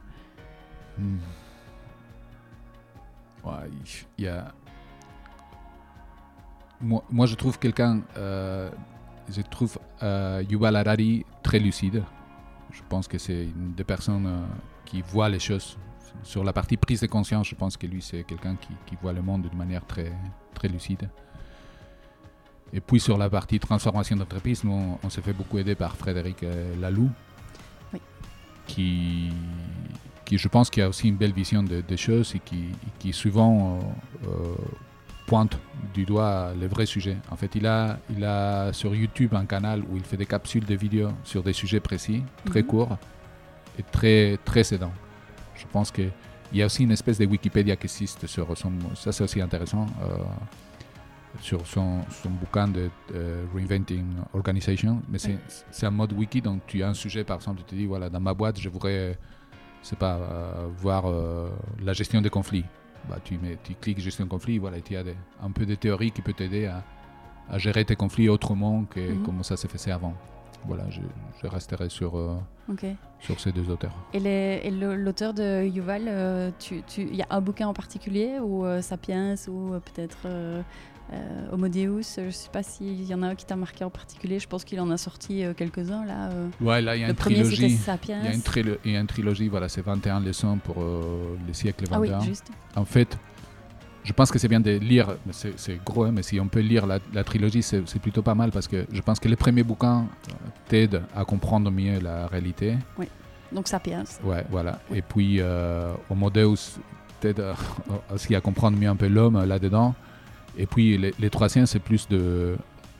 Ouais, il y a... Moi, je trouve quelqu'un je trouve Yuval Harari très lucide. Je pense que c'est une des personnes qui voit les choses. Sur la partie prise de conscience, je pense que lui, c'est quelqu'un qui voit le monde d'une manière très, très lucide. Et puis sur la partie transformation d'entreprise, nous, on s'est fait beaucoup aider par Frédéric Laloux, oui. qui je pense qu'il a aussi une belle vision des choses et qui souvent pointe du doigt les vrais sujets. En fait, il a sur YouTube un canal où il fait des capsules de vidéos sur des sujets précis, très courts et très, très aidants. Je pense qu'il y a aussi une espèce de Wikipédia qui existe sur ça c'est aussi intéressant, sur son bouquin de Reinventing Organization, mais c'est un mode wiki, donc tu as un sujet, par exemple, tu te dis, voilà, dans ma boîte, je voudrais, voir la gestion des conflits. Bah, tu cliques gestion de conflits, voilà, tu as un peu de théorie qui peut t'aider à gérer tes conflits autrement que comme ça s'est fait avant. Voilà, je resterai sur ces deux auteurs. Et l'auteur de Yuval, il y a un bouquin en particulier ou Sapiens ou peut-être Homo Deus, je ne sais pas s'il y en a un qui t'a marqué en particulier. Je pense qu'il en a sorti quelques-uns là. Ouais, là il y a une trilogie. Sapiens. Il y a une trilogie, voilà, c'est 21 leçons pour les siècles 21. Ah oui, juste. En fait, je pense que c'est bien de lire, c'est gros, mais si on peut lire la trilogie, c'est plutôt pas mal parce que je pense que les premiers bouquins t'aident à comprendre mieux la réalité. Oui, donc Sapiens. Ouais, voilà. Oui. Et puis Homo Deus t'aide aussi à comprendre mieux un peu l'homme là-dedans. Et puis les troisièmes, c'est plus des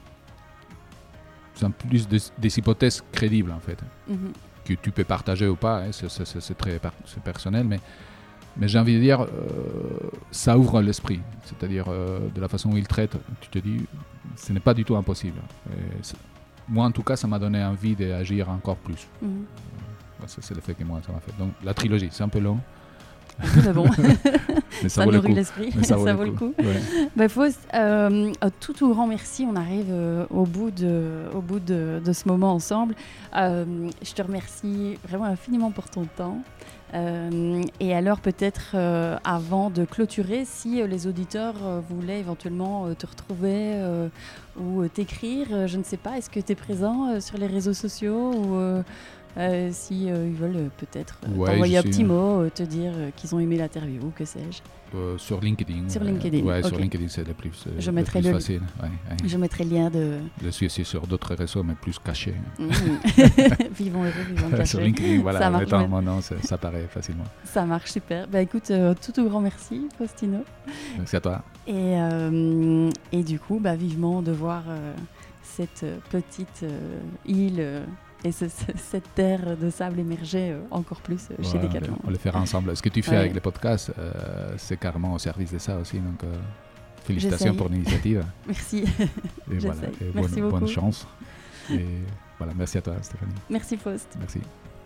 hypothèses crédibles en fait, que tu peux partager ou pas, hein, c'est très personnel, mais j'ai envie de dire, ça ouvre l'esprit, c'est-à-dire de la façon où il traite, tu te dis, ce n'est pas du tout impossible. Moi en tout cas, ça m'a donné envie d'agir encore plus. C'est l'effet que moi ça m'a fait. Donc la trilogie, c'est un peu long. Mais bon, mais ça nourrit l'esprit, ça vaut le coup. Ouais. Bah, Faust, tout grand merci, on arrive au bout de ce moment ensemble. Je te remercie vraiment infiniment pour ton temps. Et alors peut-être avant de clôturer, si les auditeurs voulaient éventuellement te retrouver ou t'écrire, je ne sais pas, est-ce que tu es présent sur les réseaux sociaux ou si ils veulent peut-être t'envoyer un petit mot, te dire qu'ils ont aimé l'interview, que sais-je. Sur LinkedIn. Sur LinkedIn. Ouais, okay. Sur LinkedIn, c'est le plus, je le plus facile. Ouais. Je mettrai le lien de... Je suis aussi sur d'autres réseaux, mais plus cachés. Vivons heureux, vivons cachés. Sur LinkedIn, voilà, ça en marche, mettant mon nom, ça paraît facilement. Ça marche, super. Bah écoute, tout grand merci, Faustino. Merci à toi. Et du coup, vivement de voir cette petite île... et cette terre de sable émerger encore plus chez Decathlon. On le fera ensemble. Ce que tu fais avec les podcasts, c'est carrément au service de ça aussi. Donc, félicitations pour l'initiative. Merci. Et voilà, merci beaucoup. Bonne chance. Et voilà, merci à toi, Stéphanie. Merci, Faust. Merci.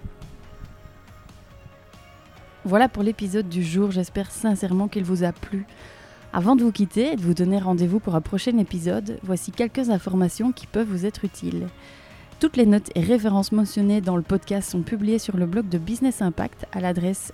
Voilà pour l'épisode du jour. J'espère sincèrement qu'il vous a plu. Avant de vous quitter et de vous donner rendez-vous pour un prochain épisode, voici quelques informations qui peuvent vous être utiles. Toutes les notes et références mentionnées dans le podcast sont publiées sur le blog de Business Impact à l'adresse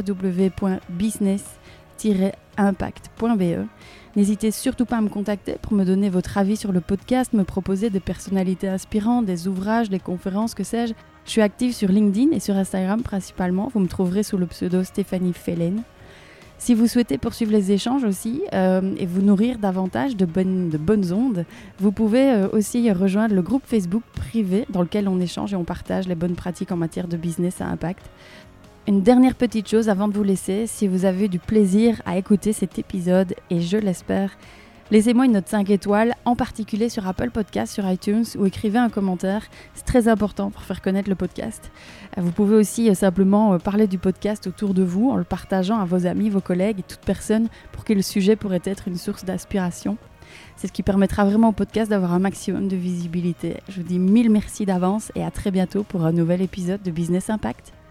www.business-impact.be. N'hésitez surtout pas à me contacter pour me donner votre avis sur le podcast, me proposer des personnalités inspirantes, des ouvrages, des conférences, que sais-je. Je suis active sur LinkedIn et sur Instagram principalement. Vous me trouverez sous le pseudo Stéphanie Fellen. Si vous souhaitez poursuivre les échanges aussi et vous nourrir davantage de bonnes ondes, vous pouvez aussi rejoindre le groupe Facebook privé dans lequel on échange et on partage les bonnes pratiques en matière de business à impact. Une dernière petite chose avant de vous laisser, si vous avez du plaisir à écouter cet épisode, et je l'espère, laissez-moi une note 5 étoiles, en particulier sur Apple Podcasts, sur iTunes, ou écrivez un commentaire. C'est très important pour faire connaître le podcast. Vous pouvez aussi simplement parler du podcast autour de vous en le partageant à vos amis, vos collègues et toute personne pour qui le sujet pourrait être une source d'inspiration. C'est ce qui permettra vraiment au podcast d'avoir un maximum de visibilité. Je vous dis 1000 merci d'avance et à très bientôt pour un nouvel épisode de Business Impact.